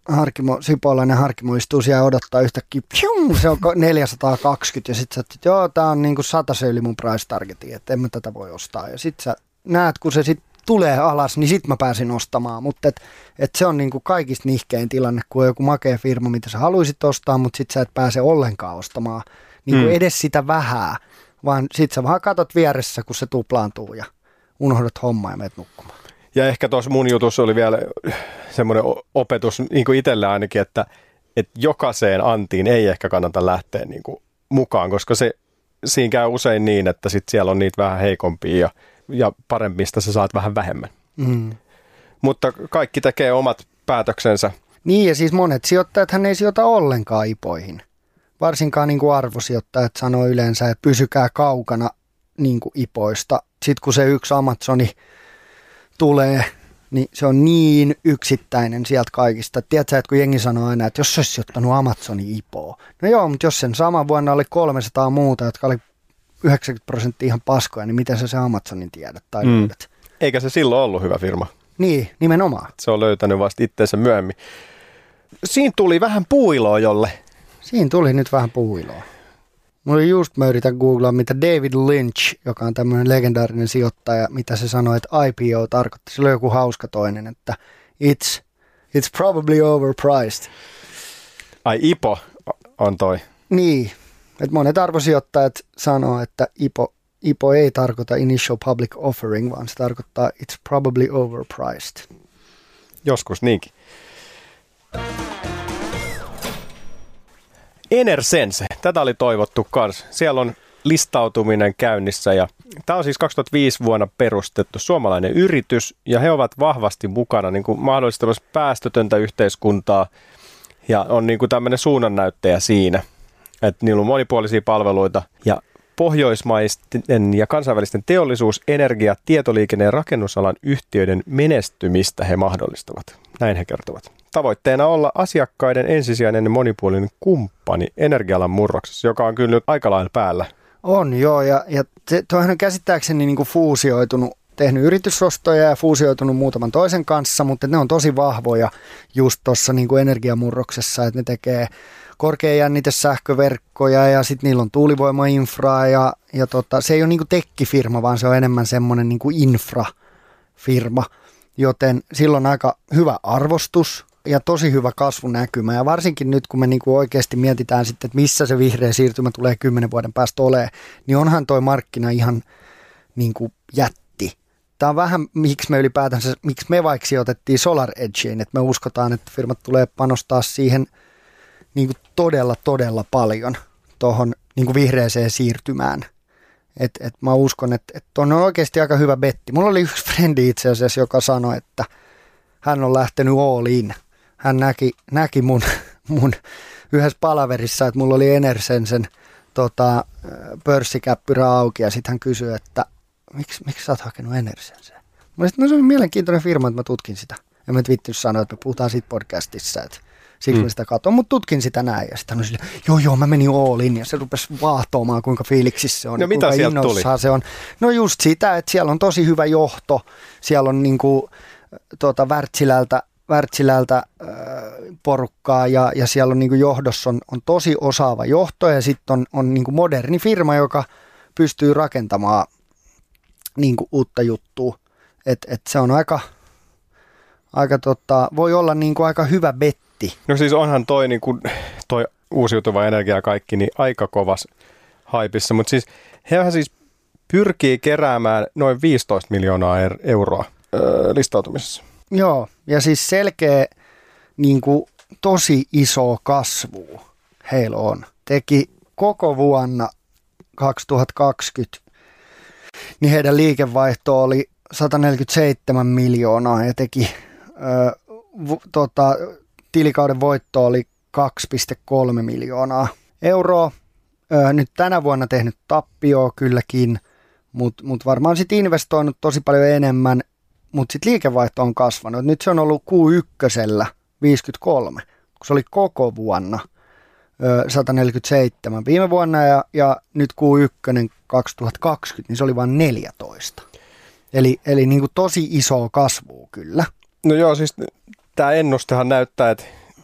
Harkimo, Sipolainen Harkimo istuu siellä ja odottaa yhtäkkiä, pium, se on neljäsataakaksikymmentä ja sit sä, että joo, tää on niinku satasen yli mun price targetin, että en mä tätä voi ostaa. Ja sit sä näet, kun se sit tulee alas, niin sit mä pääsin ostamaan, mutta et, et se on niinku kaikista nihkein tilanne, kun on joku makea firma, mitä sä haluisit ostaa, mutta sit sä et pääse ollenkaan ostamaan niinku mm. edes sitä vähää, vaan sit sä vaan katot vieressä, kun se tuplaantuu ja unohdat hommaa ja menet nukkumaan. Ja ehkä tuossa mun jutussa oli vielä semmoinen opetus niin kuin itselle ainakin, että, että jokaiseen antiin ei ehkä kannata lähteä niin kuin mukaan, koska se, siinä käy usein niin, että sit siellä on niitä vähän heikompia ja, ja paremmista sä saat vähän vähemmän. Mm. Mutta kaikki tekee omat päätöksensä. Niin ja siis monet sijoittajat hän ei sijoita ollenkaan ipoihin. Varsinkaan niin kuin arvosijoittajat sanoo yleensä, että pysykää kaukana niin kuin ipoista. Sitten kun se yksi Amazoni tulee, niin se on niin yksittäinen sieltä kaikista. Tiedätkö, että kun jengi sanoo aina, että jos se olisi ottanut Amazonin ipoa. No joo, mutta jos sen sama vuonna oli kolmesataa muuta, jotka oli yhdeksänkymmentä prosenttia ihan paskoja, niin miten sä se Amazonin tiedät tai mm. löydät? Eikä se silloin ollut hyvä firma. Niin, nimenomaan. Se on löytänyt vasta itseensä myöhemmin. Siinä tuli vähän puiloa jolle. Siinä tuli nyt vähän puiloa. Mulla oli just, mä yritän googlaa, mitä David Lynch, joka on tämmöinen legendaarinen sijoittaja, mitä se sanoi, että I P O tarkoitti. Sillä oli joku hauska toinen, että it's, it's probably overpriced. Ai I P O on toi. Niin, että monet arvosijoittajat sanoo, että I P O, I P O ei tarkoita initial public offering, vaan se tarkoittaa it's probably overpriced. Joskus niinkin. Enersense, tätä oli toivottu kans. Siellä on listautuminen käynnissä ja tämä on siis kaksituhattaviisi vuonna perustettu suomalainen yritys ja he ovat vahvasti mukana niin kuin mahdollistamassa päästötöntä yhteiskuntaa ja on niin kuin tämmöinen suunnannäyttäjä siinä, että niillä on monipuolisia palveluita ja pohjoismaisten ja kansainvälisten teollisuus, energia, tietoliikenne ja rakennusalan yhtiöiden menestymistä he mahdollistavat. Näin he kertovat. Tavoitteena olla asiakkaiden ensisijainen ja monipuolinen kumppani energialan murroksessa, joka on kyllä nyt aika lailla päällä. On joo, ja, ja tuohan on käsittääkseni niin kuin fuusioitunut, tehnyt yritysostoja ja fuusioitunut muutaman toisen kanssa, mutta ne on tosi vahvoja just tuossa niin kuin energiamurroksessa, että ne tekee korkeajännitesähköverkkoja ja sitten niillä on tuulivoimainfraa ja, ja tota, se ei ole niin kuin tekkifirma, vaan se on enemmän semmoinen niin kuin infrafirma, joten sillä on aika hyvä arvostus ja tosi hyvä kasvunäkymä ja varsinkin nyt kun me niin kuin oikeasti mietitään sitten, että missä se vihreä siirtymä tulee kymmenen vuoden päästä olemaan, niin onhan toi markkina ihan niin kuin jätti. Tämä on vähän, miksi me ylipäätänsä, miksi me vaikka sijoitettiin Solar Edgeen, että me uskotaan, että firmat tulee panostaa siihen niin kuin todella, todella paljon tuohon niin kuin vihreäseen siirtymään. Et, et mä uskon, että et on oikeasti aika hyvä betti. Mulla oli yksi frendi itse asiassa, joka sanoi, että hän on lähtenyt all in. Hän näki, näki mun, mun yhdessä palaverissa, että mulla oli Enersensen tota, pörssikäppyrä auki ja sitten hän kysyi, että miksi, miksi sä oot hakenut Enersensen? Mä olin, että no se on mielenkiintoinen firma, että mä tutkin sitä. Ja mä et vittinyt sanoa, että me puhutaan siitä podcastissa, että siksi mm. mä sitä katson, mutta tutkin sitä näin. Ja sitten hän oli silleen, joo joo, mä menin all in ja se rupesi vaahtoamaan, kuinka fiiliksissä se on. No mitä sieltä tuli? Se on. No just sitä, että siellä on tosi hyvä johto. Siellä on niinku tuota, Wärtsilältä, Wärtsilältä äh, porukkaa ja, ja siellä on niinku johdossa on, on tosi osaava johto ja sitten on, on niinku moderni firma, joka pystyy rakentamaan niinku uutta juttua. Et, et se on aika, aika tota, voi olla niinku aika hyvä betti. No siis onhan toi, niin kuin, toi uusiutuva energia ja kaikki niin aika kovas haipissa, mutta siis hehän siis pyrkii keräämään noin viisitoista miljoonaa euroa öö, listautumisessa. Joo, ja siis selkeä niin kuin, tosi iso kasvu heillä on. Teki koko vuonna kaksituhattakaksikymmentä, niin heidän liikevaihto oli sata neljäkymmentäseitsemän miljoonaa ja teki öö, v, tota, tilikauden voitto oli kaksi pilkku kolme miljoonaa euroa. Öö, nyt tänä vuonna tehnyt tappioa kylläkin, mutta mut varmaan sitten investoinut tosi paljon enemmän, mutta sitten liikevaihto on kasvanut. Nyt se on ollut Q yksi viisikymmentäkolme, kun se oli koko vuonna öö, sata neljäkymmentäseitsemän viime vuonna ja, ja nyt Q yksi kaksituhattakaksikymmentä, niin se oli vain neljätoista. Eli, eli niin kuin tosi iso kasvu kyllä. No joo, siis tämä ennustehan näyttää, että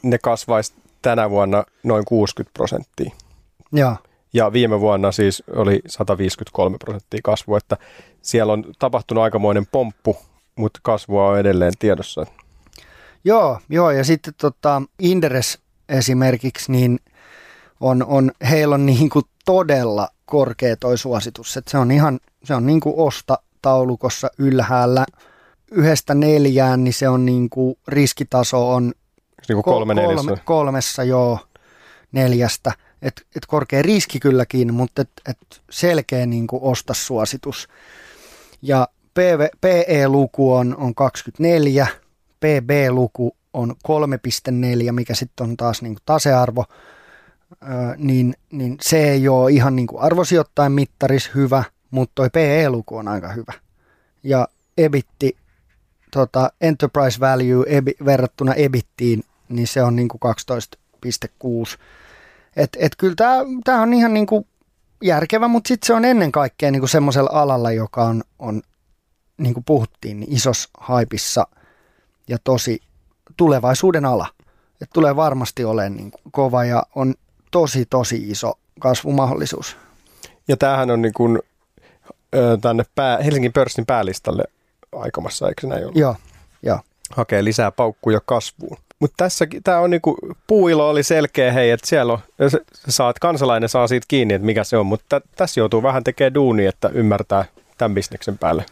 ne kasvaisi tänä vuonna noin kuusikymmentä prosenttia. Joo. Ja viime vuonna siis oli sata viisikymmentäkolme prosenttia kasvua, että siellä on tapahtunut aikamoinen pomppu, mutta kasvua on edelleen tiedossa. Joo, joo, ja sitten tota, Inderes esimerkiksi, niin on, on, heillä on niin kuin todella korkea toi suositus, että se on ihan, se on niin kuin osta-taulukossa ylhäällä yhdestä neljään, niin se on niin kuin riskitaso on niin kuin kolme, kolme, kolmessa, joo, neljästä. Et, et korkea riski kylläkin, mutta et, et selkeä niin kuin osta-suositus. Ja P E-luku on, on kaksikymmentäneljä, P B-luku on kolme pilkku neljä, mikä sitten on taas niin kuin tasearvo, ö, niin, niin se ei ole ihan niin kuin arvosijoittajan mittaris hyvä, mutta toi P E-luku on aika hyvä. Ja EBIT, tota, Enterprise Value ebi, verrattuna EBITtiin, niin se on niin kuin kaksitoista pilkku kuusi. Että et kyllä tämä on ihan niinku järkevä, mutta sitten se on ennen kaikkea niinku semmoisella alalla, joka on, on niin kuin puhuttiin, niin isossa haipissa ja tosi tulevaisuuden ala. Et tulee varmasti olemaan niinku kova ja on tosi tosi iso kasvumahdollisuus. Ja tämähän on niin kuin, tänne pää, Helsingin pörssin päälistalle aikamassa, eikö näin ollut? Joo, joo. Hakee lisää paukkuja kasvuun. Mutta tässäkin, tämä on niinku, puuilo oli selkeä, hei, että siellä on, sä saat, kansalainen saa siitä kiinni, että mikä se on, mutta t- tässä joutuu vähän tekemään duunia, että ymmärtää tämän bisneksen päälle.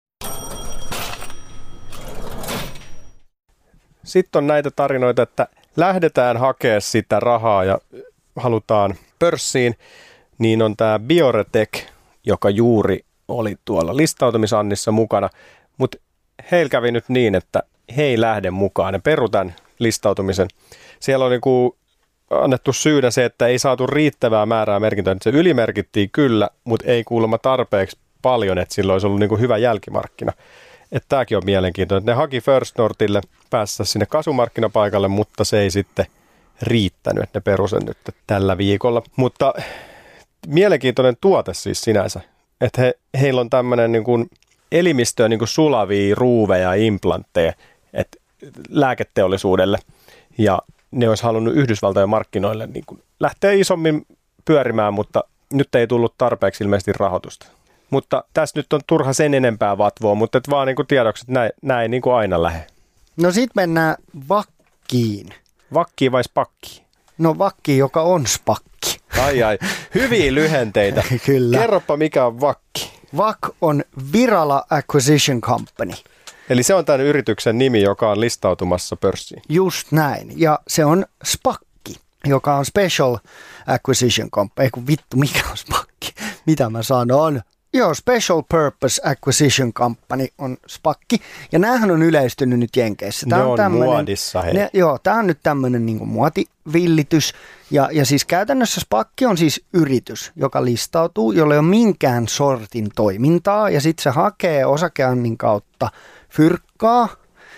Sitten on näitä tarinoita, että lähdetään hakemaan sitä rahaa ja halutaan pörssiin, niin on tämä Bioretec, joka juuri oli tuolla listautumisannissa mukana, mutta heillä kävi nyt niin, että he ei lähde mukaan, ne peru tämän listautumisen. Siellä on niin kuin annettu syynä se, että ei saatu riittävää määrää merkintöä. Se ylimerkittiin kyllä, mutta ei kuulemma tarpeeksi paljon, että sillä olisi ollut niin kuin hyvä jälkimarkkina. Että tämäkin on mielenkiintoinen. Ne haki First Northille päästä sinne kasvumarkkinapaikalle, mutta se ei sitten riittänyt, että ne peru sen nyt tällä viikolla. Mutta mielenkiintoinen tuote siis sinänsä, että he, heillä on tämmöinen niin kuin elimistöön niin kuin sulavia ruuveja ja implantteja että lääketeollisuudelle, ja ne olisi halunnut Yhdysvaltojen markkinoille niin kuin lähteä isommin pyörimään, mutta nyt ei tullut tarpeeksi ilmeisesti rahoitusta. Mutta tässä nyt on turha sen enempää vatvoa, mutta et vaan niin kuin tiedoksi, että näin, näin niin kuin aina lähde. No sit mennään vakkiin. Vakkiin vai spakkiin? No vakki, joka on spakki. Ai ai, hyviä lyhenteitä. Kyllä. Kerropa mikä on vakki. V A C on Virala Acquisition Company. Eli se on tämän yrityksen nimi, joka on listautumassa pörssiin. Just näin. Ja se on SPACki, joka on Special Acquisition Company. Ei kun vittu, mikä on SPACki? Mitä mä sanon? Joo, Special Purpose Acquisition Company on SPACki. Ja näähän on yleistynyt nyt Jenkeissä. Tää ne on, on tämmönen, muodissa, hei. Ne, joo, tämä on nyt tämmöinen niinku muotivillitys. Ja, ja siis käytännössä SPACki on siis yritys, joka listautuu, jolla ei ole minkään sortin toimintaa. Ja sitten se hakee osakeannin kautta fyrkkaa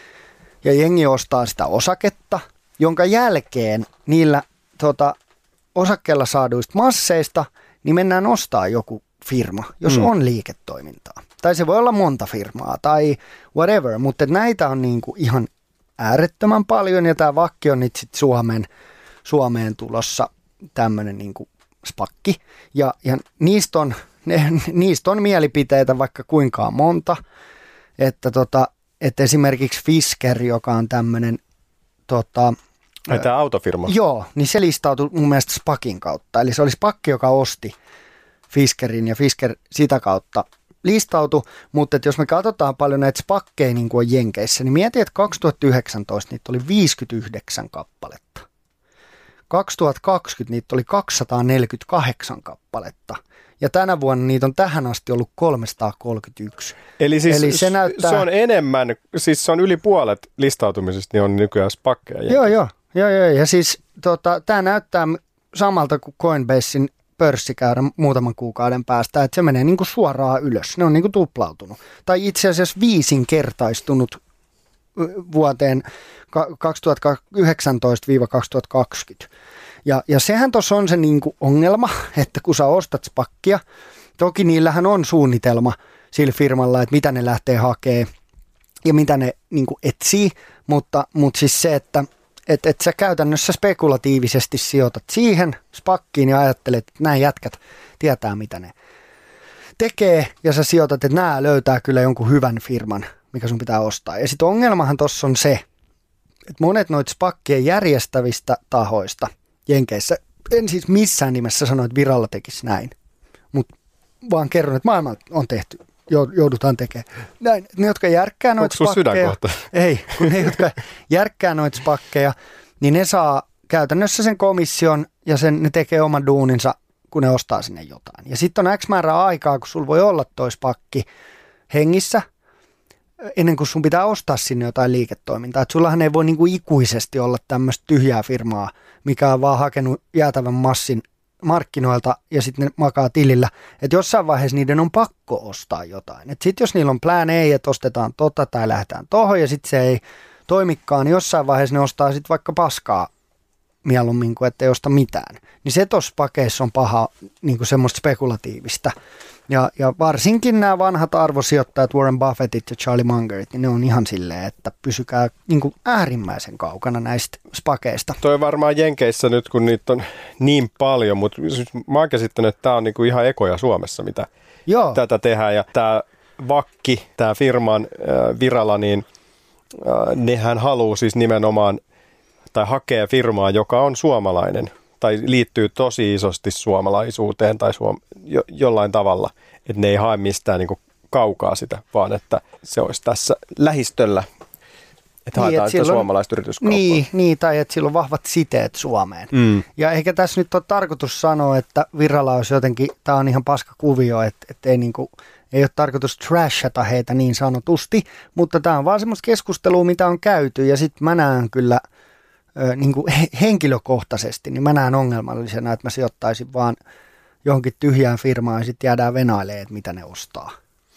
ja jengi ostaa sitä osaketta, jonka jälkeen niillä tota, osakkeella saaduista masseista niin mennään ostaa joku firma, jos mm. on liiketoimintaa. Tai se voi olla monta firmaa tai whatever, mutta näitä on niinku ihan äärettömän paljon ja tämä vakki on nyt sitten Suomeen, Suomeen tulossa tämmöinen niinku spakki ja, ja niistä, on, ne, niistä on mielipiteitä vaikka kuinka monta. Että, tota, että esimerkiksi Fisker, joka on tämmöinen tota, Ai tämä autofirma? Joo, niin se listautui mun mielestä SPACin kautta. Eli se oli SPACki, joka osti Fiskerin ja Fisker sitä kautta listautui. Mutta jos me katsotaan paljon näitä SPACkeja niin kuin on Jenkeissä, niin mietin, että kaksituhattayhdeksäntoista niitä oli viisikymmentäyhdeksän kappaletta. kaksituhattakaksikymmentä niitä oli kaksisataaneljäkymmentäkahdeksan kappaletta. Ja tänä vuonna niitä on tähän asti ollut kolmesataakolmekymmentäyksi. Eli, siis Eli se, näyttää... se on enemmän, siis se on yli puolet listautumisesta, niin on nykyään spakkeja. Joo, joo, joo, joo. Ja siis tota, tämä näyttää samalta kuin Coinbasein pörssikäyrä muutaman kuukauden päästä, että se menee niinku suoraan ylös. Ne on niinku tuplautunut. Tai itse asiassa viisinkertaistunut vuoteen kaksituhattayhdeksäntoista kaksituhattakaksikymmentä. Ja, ja sehän tuossa on se niinku ongelma, että kun sä ostat spakkia, toki niillähän on suunnitelma sillä firmalla, että mitä ne lähtee hakemaan ja mitä ne niinku etsii, mutta, mutta siis se, että Että et sä käytännössä spekulatiivisesti sijoitat siihen spakkiin ja ajattelet, että nämä jätkät tietää, mitä ne tekee. Ja sä sijoitat, että nämä löytää kyllä jonkun hyvän firman, mikä sun pitää ostaa. Ja sitten ongelmahan tuossa on se, että monet noita spakkien järjestävistä tahoista Jenkeissä, en siis missään nimessä sano, että Viralla tekisi näin, mutta vaan kerron, että maailmalla on tehty, joudutaan tekemään. Näin, ne, jotka järkkää noita spakkeja, ei, kun ne, jotka järkkää noita spakkeja, niin ne saa käytännössä sen komission ja sen, ne tekee oman duuninsa, kun ne ostaa sinne jotain. Ja sitten on X määrä aikaa, kun sulla voi olla toi spakki hengissä, ennen kuin sun pitää ostaa sinne jotain liiketoimintaa. Että sullahan ei voi niinku ikuisesti olla tämmöistä tyhjää firmaa, mikä on vaan hakenut jäätävän massin markkinoilta ja sitten ne makaa tilillä. Että jossain vaiheessa niiden on pakko ostaa jotain. Että sitten jos niillä on plan A, että ostetaan tota tai lähdetään tohon ja sitten se ei toimikaan, niin jossain vaiheessa ne ostaa sitten vaikka paskaa mieluummin kuin ettei osta mitään. Niin se tuossa pakeissa on paha niinku semmoista spekulatiivista. Ja, ja varsinkin nämä vanhat arvosijoittajat, Warren Buffettit ja Charlie Mungerit, niin ne on ihan silleen, että pysykää niin kuin äärimmäisen kaukana näistä spakeista. Toi varmaan Jenkeissä nyt, kun niitä on niin paljon, mutta mä oon käsittänyt, että tämä on niin kuin ihan ekoja Suomessa, mitä Joo. tätä tehdään. Ja tämä Vakki, tämä firman äh, Virala, niin äh, nehän haluaa siis nimenomaan, tai hakee firmaa, joka on suomalainen, tai liittyy tosi isosti suomalaisuuteen tai suom- jo- jollain tavalla, että ne ei hae mistään niin kuin kaukaa sitä, vaan että se olisi tässä lähistöllä, että haetaan niin, sitä suomalaista yrityskauppaa. Niin, niin, tai että sillä on vahvat siteet Suomeen. Mm. Ja ehkä tässä nyt on tarkoitus sanoa, että Viralla olisi jotenkin, tämä on ihan paska kuvio, että, että ei, niin kuin, ei ole tarkoitus trashata heitä niin sanotusti, mutta tämä on vaan semmoista keskustelua, mitä on käyty, ja sitten mä näen kyllä niin kuin henkilökohtaisesti, niin mä näen ongelmallisena, että mä sijoittaisin vaan johonkin tyhjään firmaan ja sitten jäädään venailemaan, että mitä ne ostaa.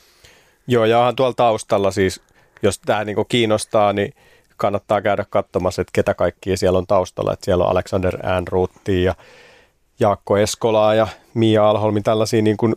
Joo, ja onhan tuolla taustalla siis, jos tämä niin kuin kiinnostaa, niin kannattaa käydä katsomassa, että ketä kaikkia siellä on taustalla. Että siellä on Alexander Ehrnroottia ja Jaakko Eskolaa ja Mia Alholmi, tällaisia niin kuin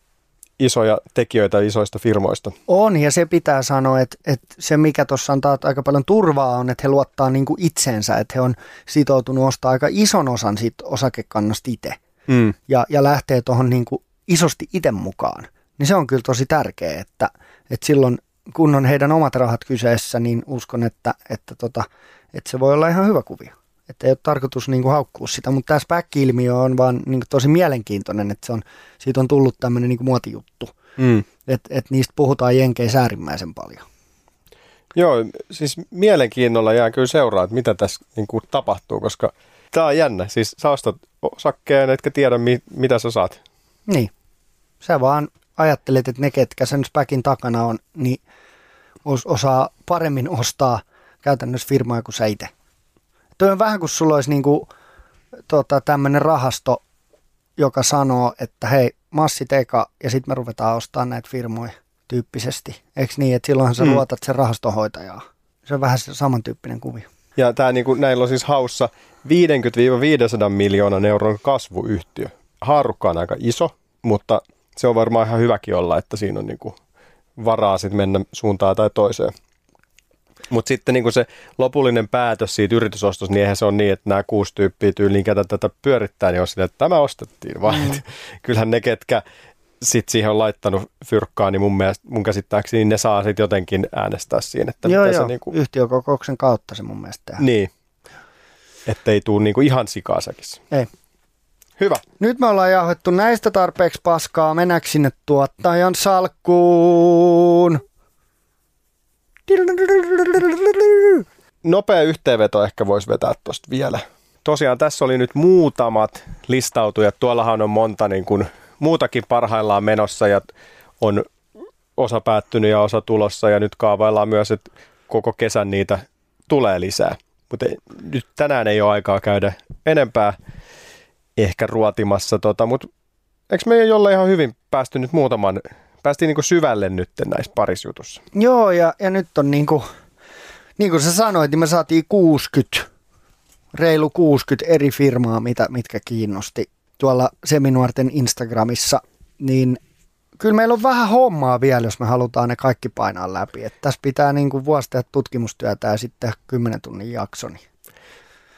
isoja tekijöitä isoista firmoista. On, ja se pitää sanoa, että, että se mikä tuossa antaa aika paljon turvaa on, että he luottaa niin kuin itseensä, että he on sitoutunut ostaa aika ison osan siitä osakekannasta itse mm. ja, ja lähtee tuohon niin kuin isosti itse mukaan. Niin se on kyllä tosi tärkeää, että, että silloin kun on heidän omat rahat kyseessä, niin uskon, että, että, tota, että se voi olla ihan hyvä kuvio. Että ei ole tarkoitus niin kuin haukkua sitä, mutta tämä SPAC-ilmiö on vaan niin kuin tosi mielenkiintoinen, että se on, siitä on tullut tämmöinen niin kuin muotijuttu, mm. että et niistä puhutaan Jenkeissä äärimmäisen paljon. Joo, siis mielenkiinnolla jää kyllä seuraa, että mitä tässä niin kuin tapahtuu, koska tämä on jännä. Siis sä ostat osakkeen, etkä tiedä mi- mitä sä saat. Niin, sä vaan ajattelet, että ne ketkä sen SPACin takana on, niin os- osaa paremmin ostaa käytännössä firmaa kuin sä itse. Tuo on vähän kuin sulla olisi niinku, tota, tämmöinen rahasto, joka sanoo, että hei, massit eka ja sitten me ruvetaan ostamaan näitä firmoja tyyppisesti. Eikö niin, että silloinhan sä mm. luotat sen rahastonhoitajaa. Se on vähän samantyyppinen kuvio. Ja tää, niinku, näillä on siis haussa viisikymmentä viisisataa miljoonan euron kasvuyhtiö. Haarukka on aika iso, mutta se on varmaan ihan hyväkin olla, että siinä on niinku varaa sitten mennä suuntaan tai toiseen. Mutta sitten niin se lopullinen päätös siitä yritysostosta, niin eihän se on niin, että nämä kuusi tyyppiä tyyliin, ketä tätä pyörittää, niin on silleen, että tämä ostettiin. Vaan mm. kyllähän ne, ketkä sitten siihen on laittanut fyrkkaa, niin mun, mielestä, mun käsittääkseni ne saa sitten jotenkin äänestää siinä. Että joo, joo. Se niinku Yhtiökokouksen kautta se mun mielestä tehdään. Niin, ettei tule niinku ihan sikaasäkissä. Ei. Hyvä. Nyt me ollaan jauhettu näistä tarpeeksi paskaa. Mennäänkö sinne tuottajan salkkuun? Nopea yhteenveto ehkä voisi vetää tuosta vielä. Tosiaan tässä oli nyt muutamat listautujat. Tuollahan on monta niin kuin, muutakin parhaillaan menossa ja on osa päättynyt ja osa tulossa. Ja nyt kaavaillaan myös, että koko kesän niitä tulee lisää. Mutta nyt tänään ei ole aikaa käydä enempää ehkä ruotimassa. Tota, mutta eikö me jollain ihan hyvin päästy nyt muutaman... Päästiin niin kuin syvälle nyt näissä parissa jutussa. Joo, ja, ja nyt on niin kuin, niin kuin sä sanoit, niin me saatiin kuusikymmentä, reilu kuusikymmentä eri firmaa, mitä, mitkä kiinnosti tuolla Seminuorten Instagramissa. Niin kyllä meillä on vähän hommaa vielä, jos me halutaan ne kaikki painaa läpi. Että tässä pitää niin kuin vuosi tehdä tutkimustyötä ja sitten kymmenen tunnin jakso. Niin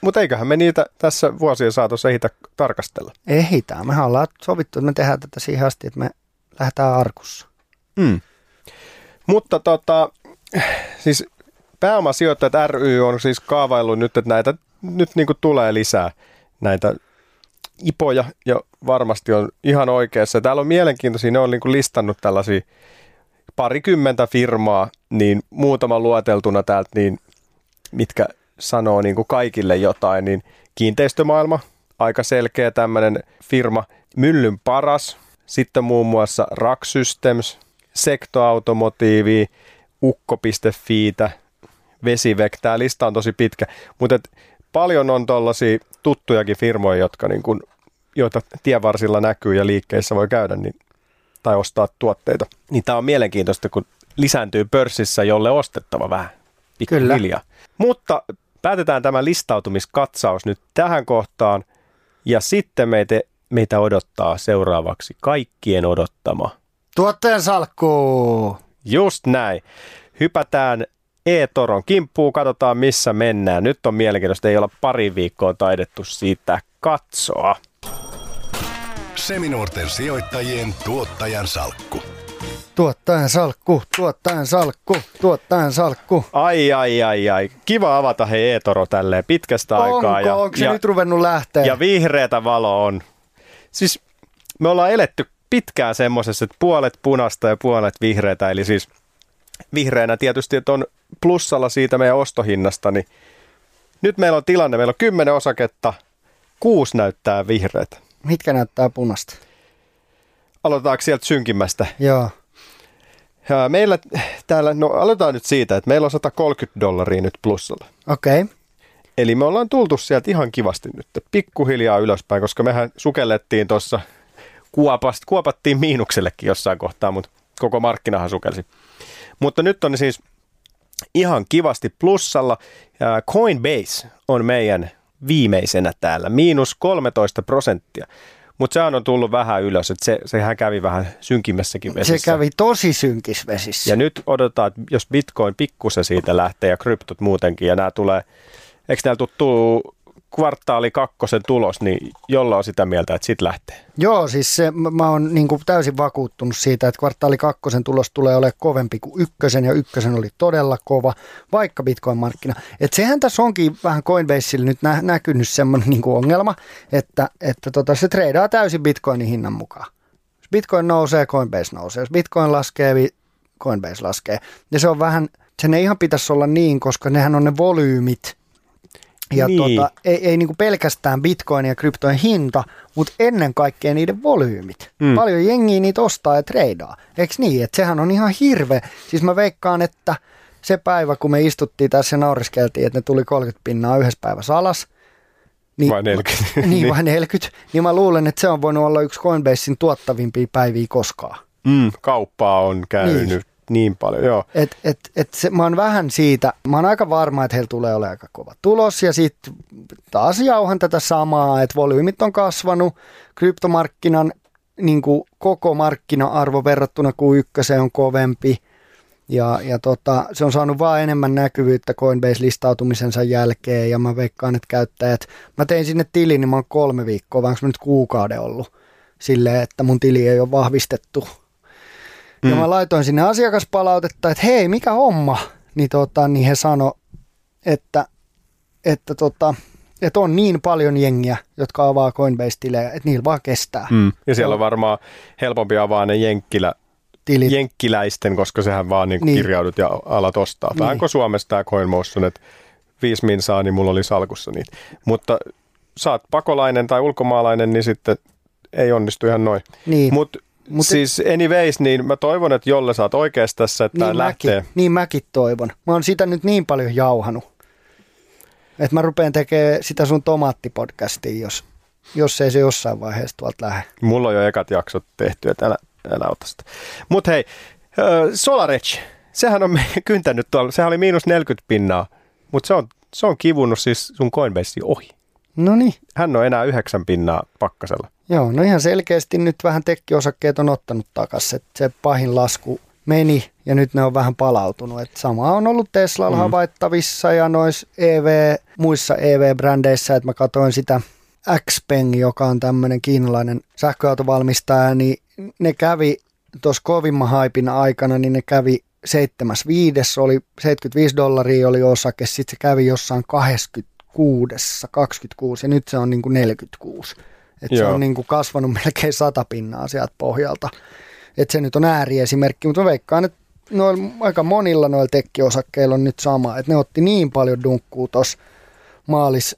Mutta eiköhän me niitä tässä vuosien saatossa ehitä tarkastella. Ehitään. Mehän ollaan sovittu, että me tehdään tätä siihen asti, että me lähdetään arkussa. Mm. Mutta tota, siis Pääomasijoittajat ry on siis kaavaillut nyt, että näitä nyt niin kuin tulee lisää näitä ipoja ja varmasti on ihan oikeassa. Täällä on mielenkiintoisia, ne on niin kuin listannut tällaisia parikymmentä firmaa, niin muutama lueteltuna täältä, niin mitkä sanoo niin kuin kaikille jotain, niin kiinteistömaailma, aika selkeä tämmöinen firma, Myllyn Paras, sitten muun muassa Rack Systems, Sektoautomotiivi, Ukko piste fiitä, Vesivek, tämä lista on tosi pitkä, mutta paljon on tuollaisia tuttujakin firmoja, jotka niin kun, joita tienvarsilla näkyy ja liikkeissä voi käydä niin, tai ostaa tuotteita. Niin tämä on mielenkiintoista, kun lisääntyy pörssissä, jolle ostettava vähän pikkuhiljaa. Mutta päätetään tämä listautumiskatsaus nyt tähän kohtaan ja sitten meitä, meitä odottaa seuraavaksi kaikkien odottama Tuotteen salkku! Just näin. Hypätään e-toron kimppuun, katsotaan missä mennään. Nyt on mielenkiintoista, ei olla pari viikkoa taidettu siitä katsoa. Seminuorten sijoittajien tuottajan salkku. Tuottajan salkku, tuottajan salkku, tuottajan salkku. Ai, ai, ai, ai. Kiva avata hei e-toro tälleen pitkästä Onko, aikaa. Ja, onko se ja, nyt ruvennut lähteä? Ja vihreätä valo on. Siis me ollaan eletty pitkään semmoisessa, että puolet punaista ja puolet vihreätä, eli siis vihreänä tietysti, että on plussalla siitä meidän ostohinnasta, niin nyt meillä on tilanne, meillä on kymmenen osaketta, kuusi näyttää vihreätä. Mitkä näyttää punasta? Aloitetaanko sieltä synkimmästä? Joo. Ja meillä täällä, no aloitetaan nyt siitä, että meillä on sata kolmekymmentä dollaria nyt plussalla. Okei. Okay. Eli me ollaan tultu sieltä ihan kivasti nyt, pikkuhiljaa ylöspäin, koska mehän sukellettiin tuossa, kuopattiin miinuksellekin jossain kohtaa, mutta koko markkinahan sukelsi. Mutta nyt on siis ihan kivasti plussalla. Coinbase on meidän viimeisenä täällä, miinus kolmetoista prosenttia. Mutta sehän on tullut vähän ylös, että se, sehän kävi vähän synkimmässäkin vesissä. Se kävi tosi synkis vesissä. Ja nyt odotetaan, että jos Bitcoin pikkusen siitä lähtee ja kryptot muutenkin, ja nämä tulee, eikö näillä tuttuu kvartaali kakkosen tulos, niin jolla on sitä mieltä, että sitten lähtee? Joo, siis se, mä oon niin kuin täysin vakuuttunut siitä, että kvartaali kakkosen tulos tulee olemaan kovempi kuin ykkösen, ja ykkösen oli todella kova, vaikka Bitcoin-markkina. Että sehän tässä onkin vähän Coinbaseilla nyt nä- näkynyt semmoinen niin kuin ongelma, että, että tota, se treidaa täysin Bitcoinin hinnan mukaan. Jos Bitcoin nousee, Coinbase nousee. Jos Bitcoin laskee, Coinbase laskee. Ja se on vähän, sen ei ihan pitäisi olla niin, koska nehän on ne volyymit. Ja niin. tota, ei, ei niinku pelkästään Bitcoin ja kryptojen hinta, mutta ennen kaikkea niiden volyymit. Mm. Paljon jengiä niitä ostaa ja treidaa. Eikö niin? Että sehän on ihan hirveä. Siis mä veikkaan, että se päivä, kun me istuttiin tässä ja nauriskeltiin, että ne tuli kolmekymmentä pinnaa yhdessä päivässä alas. Niin, vai neljäkymmentä. Niin, vai neljäkymmentä. Niin mä luulen, että se on voinut olla yksi Coinbasein tuottavimpia päiviä koskaan. Mm, kauppaa on käynyt. Niin. Niin paljon, joo. Et, et, et se, mä oon vähän siitä, mä oon aika varma, että heillä tulee olemaan aika kova tulos ja sitten taas jauhan tätä samaa, että volyymit on kasvanut, kryptomarkkinan niin kuin koko markkina-arvo verrattuna kuin ykköseen on kovempi ja, ja tota, se on saanut vaan enemmän näkyvyyttä Coinbase-listautumisensa jälkeen ja mä veikkaan, että käyttäjät, mä tein sinne tilin, niin mä oon kolme viikkoa, vaan onko mä nyt kuukauden ollut silleen, että mun tili ei ole vahvistettu. Ja mä laitoin sinne asiakaspalautetta, että hei, mikä homma? Niin, tota, niin he sanoi, että, että, tota, että on niin paljon jengiä, jotka avaa Coinbase-tilejä, että niillä vaan kestää. Mm. Ja siellä on varmaan helpompi avaa ne jenkkilä, jenkkiläisten, koska sehän vaan niin niin. kirjaudut ja alat ostaa. Niin. Vähän kuin Suomessa tämä CoinMotion, että viisi minsaa, niin mulla oli salkussa niitä. Mutta saat pakolainen tai ulkomaalainen, niin sitten ei onnistu ihan noin. Niin. Mut, Mut siis anyways, niin mä toivon, että Jolle sä oot oikeassa tässä, että niin lähtee. Mäkin, niin mäkin toivon. Mä oon sitä nyt niin paljon jauhanut, että mä rupean tekemään sitä sun tomaattipodcastia, jos, jos ei se jossain vaiheessa tuolta lähde. Mulla on jo ekat jaksot tehty, että älä, älä ota sitä. Mut hei, SolarEdge, sehän on kyntänyt tuolla, sehän oli miinus neljäkymmentä pinnaa, mutta se on, se on kivunnut siis sun Coinbaseen ohi. No niin. Hän on enää yhdeksän pinnaa pakkasella. Joo, no ihan selkeästi nyt vähän tekkiosakkeet on ottanut takaisin, että se pahin lasku meni ja nyt ne on vähän palautunut. Et sama on ollut Teslalla mm. havaittavissa ja noissa E V, muissa E V-brändeissä, että mä katsoin sitä Xpeng, joka on tämmöinen kiinalainen sähköautovalmistaja, niin ne kävi tuossa kovimman haipin aikana, niin ne kävi seitsemäs viides, oli seitsemänkymmentäviisi dollaria oli osake, sitten se kävi jossain kaksikymmentäkuusi, kaksikymmentäkuusi ja nyt se on niin kuin neljäkymmentäkuusi. Että se on niin kuin kasvanut melkein sata pinnaa sieltä pohjalta. Että se nyt on ääriesimerkki, mutta mä veikkaan, että noilla, aika monilla noilla tekkiosakkeilla on nyt sama. Että ne otti niin paljon dunkkuu tuossa maalis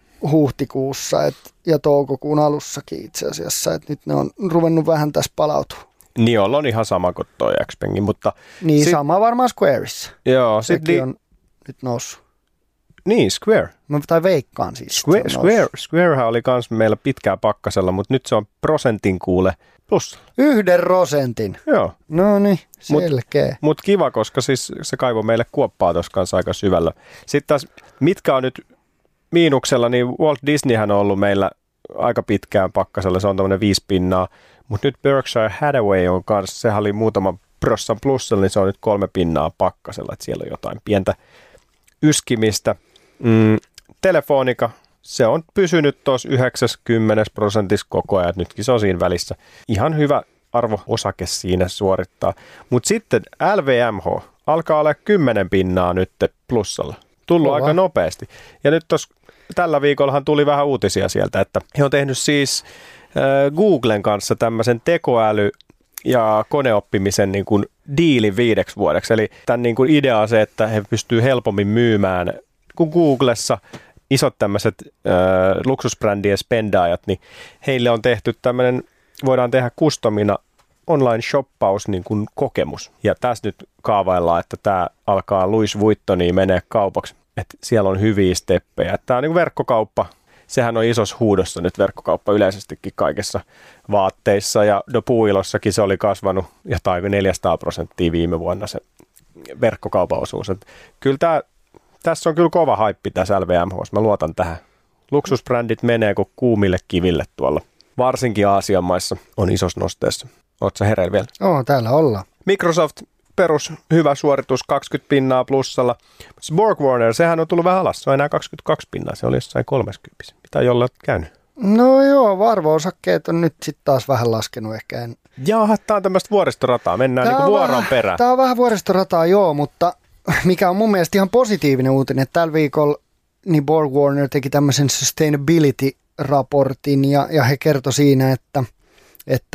huhtikuussa et, ja toukokuun alussakin itse asiassa, että nyt ne on ruvennut vähän tässä palautua. Niolla on ihan sama kuin toi Xpengi, mutta... Niin, sit, sama varmaan Squareissa. Joo, sekin sit, on nyt noussut. Niin, Square. Mä tai veikkaan siis. Square, Square, Squarehan oli kans meillä pitkään pakkasella, mutta nyt se on prosentin kuule plus. Yhden prosentin? Joo. No niin, selkeä. Mutta mut kiva, koska siis se kaivoi meille kuoppaa tuossa kanssa aika syvällä. Sitten taas, mitkä on nyt miinuksella, niin Walt Disneyhän on ollut meillä aika pitkään pakkasella, se on tämmöinen viisi pinnaa. Mutta nyt Berkshire Hathaway on kanssa, sehän oli muutama prossan plussalla, niin se on nyt kolme pinnaa pakkasella, että siellä on jotain pientä yskimistä. Mm, Telefonica, se on pysynyt tuossa yhdeksänkymmentä prosentissa koko ajan, nytkin se on siinä välissä. Ihan hyvä arvo-osake siinä suorittaa. Mutta sitten L V M H alkaa olla kymmenen pinnaa nyt plussalla. Tullut Kova. Aika nopeasti. Ja nyt tuossa tällä viikollahan tuli vähän uutisia sieltä, että he on tehnyt siis äh, Googlen kanssa tämmöisen tekoäly- ja koneoppimisen niin kuin diilin viideksi vuodeksi. Eli tämän niin kuin idea on se, että he pystyy helpommin myymään, kun Googlessa isot tämmöiset äh, luksusbrändien spendaajat, niin heille on tehty tämmöinen, voidaan tehdä customina online-shoppaus niin kuin kokemus. Ja tässä nyt kaavaillaan, että tämä alkaa Louis Vuittoniin menee kaupaksi. Että siellä on hyviä steppejä. Tämä on niin kuin verkkokauppa. Sehän on isossa huudossa nyt verkkokauppa yleisestikin kaikissa vaatteissa. Ja no puuilossakin se oli kasvanut jotain neljäsataa prosenttia viime vuonna se verkkokaupan osuus. Et kyllä tämä, tässä on kyllä kova haippi tässä L V M H. Mä luotan tähän. Luksusbrändit menee kuin kuumille kiville tuolla. Varsinkin Aasian maissa on isossa nosteessa. Ootko sä hereillä vielä? Oo, täällä ollaan. Microsoft perus hyvä suoritus, kaksikymmentä pinnaa plussalla. BorgWarner, sehän on tullut vähän alas. Se on enää kaksikymmentäkaksi pinnaa. Se oli jossain kolmekymmentä. Mitä jolle olet käynyt? No joo, arvo-osakkeet on nyt sitten taas vähän laskenut ehkä. En... Jaaha, tämä on tämmöistä vuoristorataa. Mennään niin kuin vuoron perään. Tämä on vähän vuoristorataa, joo, mutta mikä on mun mielestä ihan positiivinen uutinen, että tällä viikolla niin BorgWarner teki tämmöisen sustainability-raportin ja, ja he kertoi siinä, että, että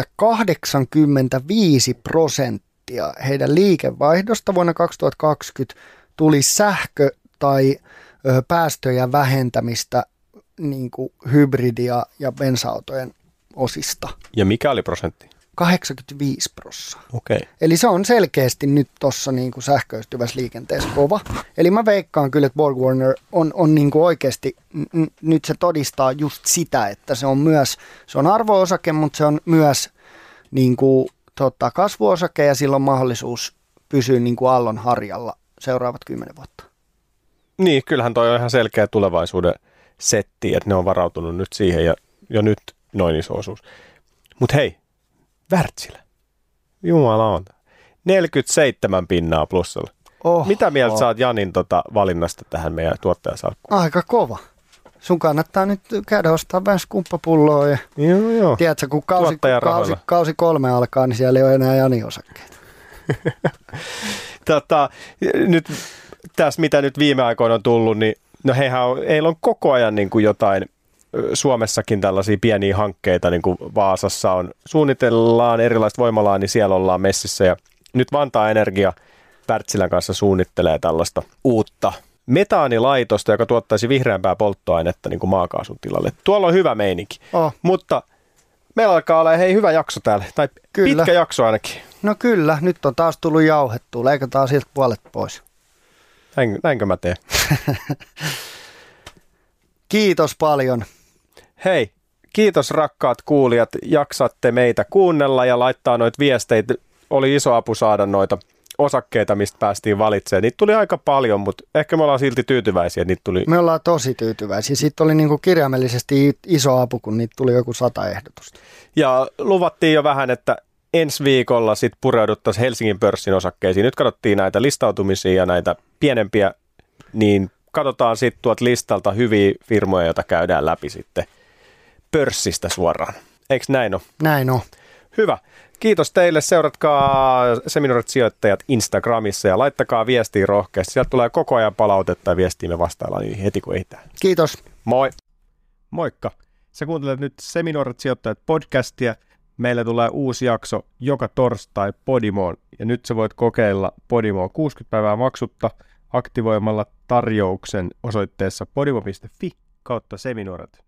kahdeksankymmentäviisi prosenttia heidän liikevaihdosta vuonna kaksituhattakaksikymmentä tuli sähkö- tai ö, päästöjä vähentämistä niin kuin hybridia ja bensa-autojen osista. Ja mikä oli prosentti? kahdeksankymmentäviisi prosenttia. Okay. Eli se on selkeästi nyt tuossa niin kuin sähköistyvässä liikenteessä kova. Eli mä veikkaan kyllä, että BorgWarner on, on niin kuin oikeasti, n- nyt se todistaa just sitä, että se on myös, se on arvo-osake, mutta se on myös niin kuin, tota, kasvuosake ja sillä on mahdollisuus pysyä niin kuin aallon harjalla seuraavat kymmenen vuotta. Niin, kyllähän toi on ihan selkeä tulevaisuuden setti, että ne on varautunut nyt siihen ja jo nyt noin iso osuus. Mutta hei, Wärtsilä. Jumala on. neljäkymmentäseitsemän pinnaa plussalla. Oho. Mitä mieltä saat Janin tota valinnasta tähän meidän tuottajasalkkuun? Aika kova. Sun kannattaa nyt käydä ostaa vähän skumppapulloa. Ja joo, joo. Tiedätkö, kun kausi, kausi, kausi kolme alkaa, niin siellä ei ole enää Jani-osakkeita. tota, nyt tässä, mitä nyt viime aikoina on tullut, niin no heihän on, heillä on koko ajan niin kuin jotain Suomessakin tällaisia pieniä hankkeita, niin kuin Vaasassa on, suunnitellaan erilaista voimalaa, niin siellä ollaan messissä. Ja nyt Vantaa Energia Wärtsilän kanssa suunnittelee tällaista uutta metaanilaitosta, joka tuottaisi vihreämpää polttoainetta niin kuin maakaasun tilalle. Tuolla on hyvä meininki, oh. mutta meillä alkaa olla hei hyvä jakso täällä, tai kyllä. Pitkä jakso ainakin. No kyllä, nyt on taas tullut jauhettua, leikataan sieltä puolet pois. Näin, näinkö mä teen? Kiitos paljon. Hei, kiitos rakkaat kuulijat, jaksatte meitä kuunnella ja laittaa noita viesteitä. Oli iso apu saada noita osakkeita, mistä päästiin valitsemaan. Niitä tuli aika paljon, mutta ehkä me ollaan silti tyytyväisiä, että niitä tuli. Me ollaan tosi tyytyväisiä. Siitä oli niinku kirjaimellisesti iso apu, kun niitä tuli joku sata ehdotusta. Ja luvattiin jo vähän, että ensi viikolla sitten pureuduttaisiin Helsingin pörssin osakkeisiin. Nyt katsottiin näitä listautumisia ja näitä pienempiä, niin katsotaan sitten tuolta listalta hyviä firmoja, joita käydään läpi sitten pörssistä suoraan. Eikö näin ole? Näin on. Hyvä. Kiitos teille. Seuratkaa Seminoorat sijoittajat Instagramissa ja laittakaa viestiä rohkeasti. Sieltä tulee koko ajan palautetta ja viestiä, me vastaillaan niihin heti kun ehditään. Kiitos. Moi. Moikka. Sä kuuntelet nyt Seminoorat sijoittajat podcastia. Meillä tulee uusi jakso joka torstai Podimoon ja nyt sä voit kokeilla Podimoa kuusikymmentä päivää maksutta aktivoimalla tarjouksen osoitteessa podimo piste fi kautta seminoorat.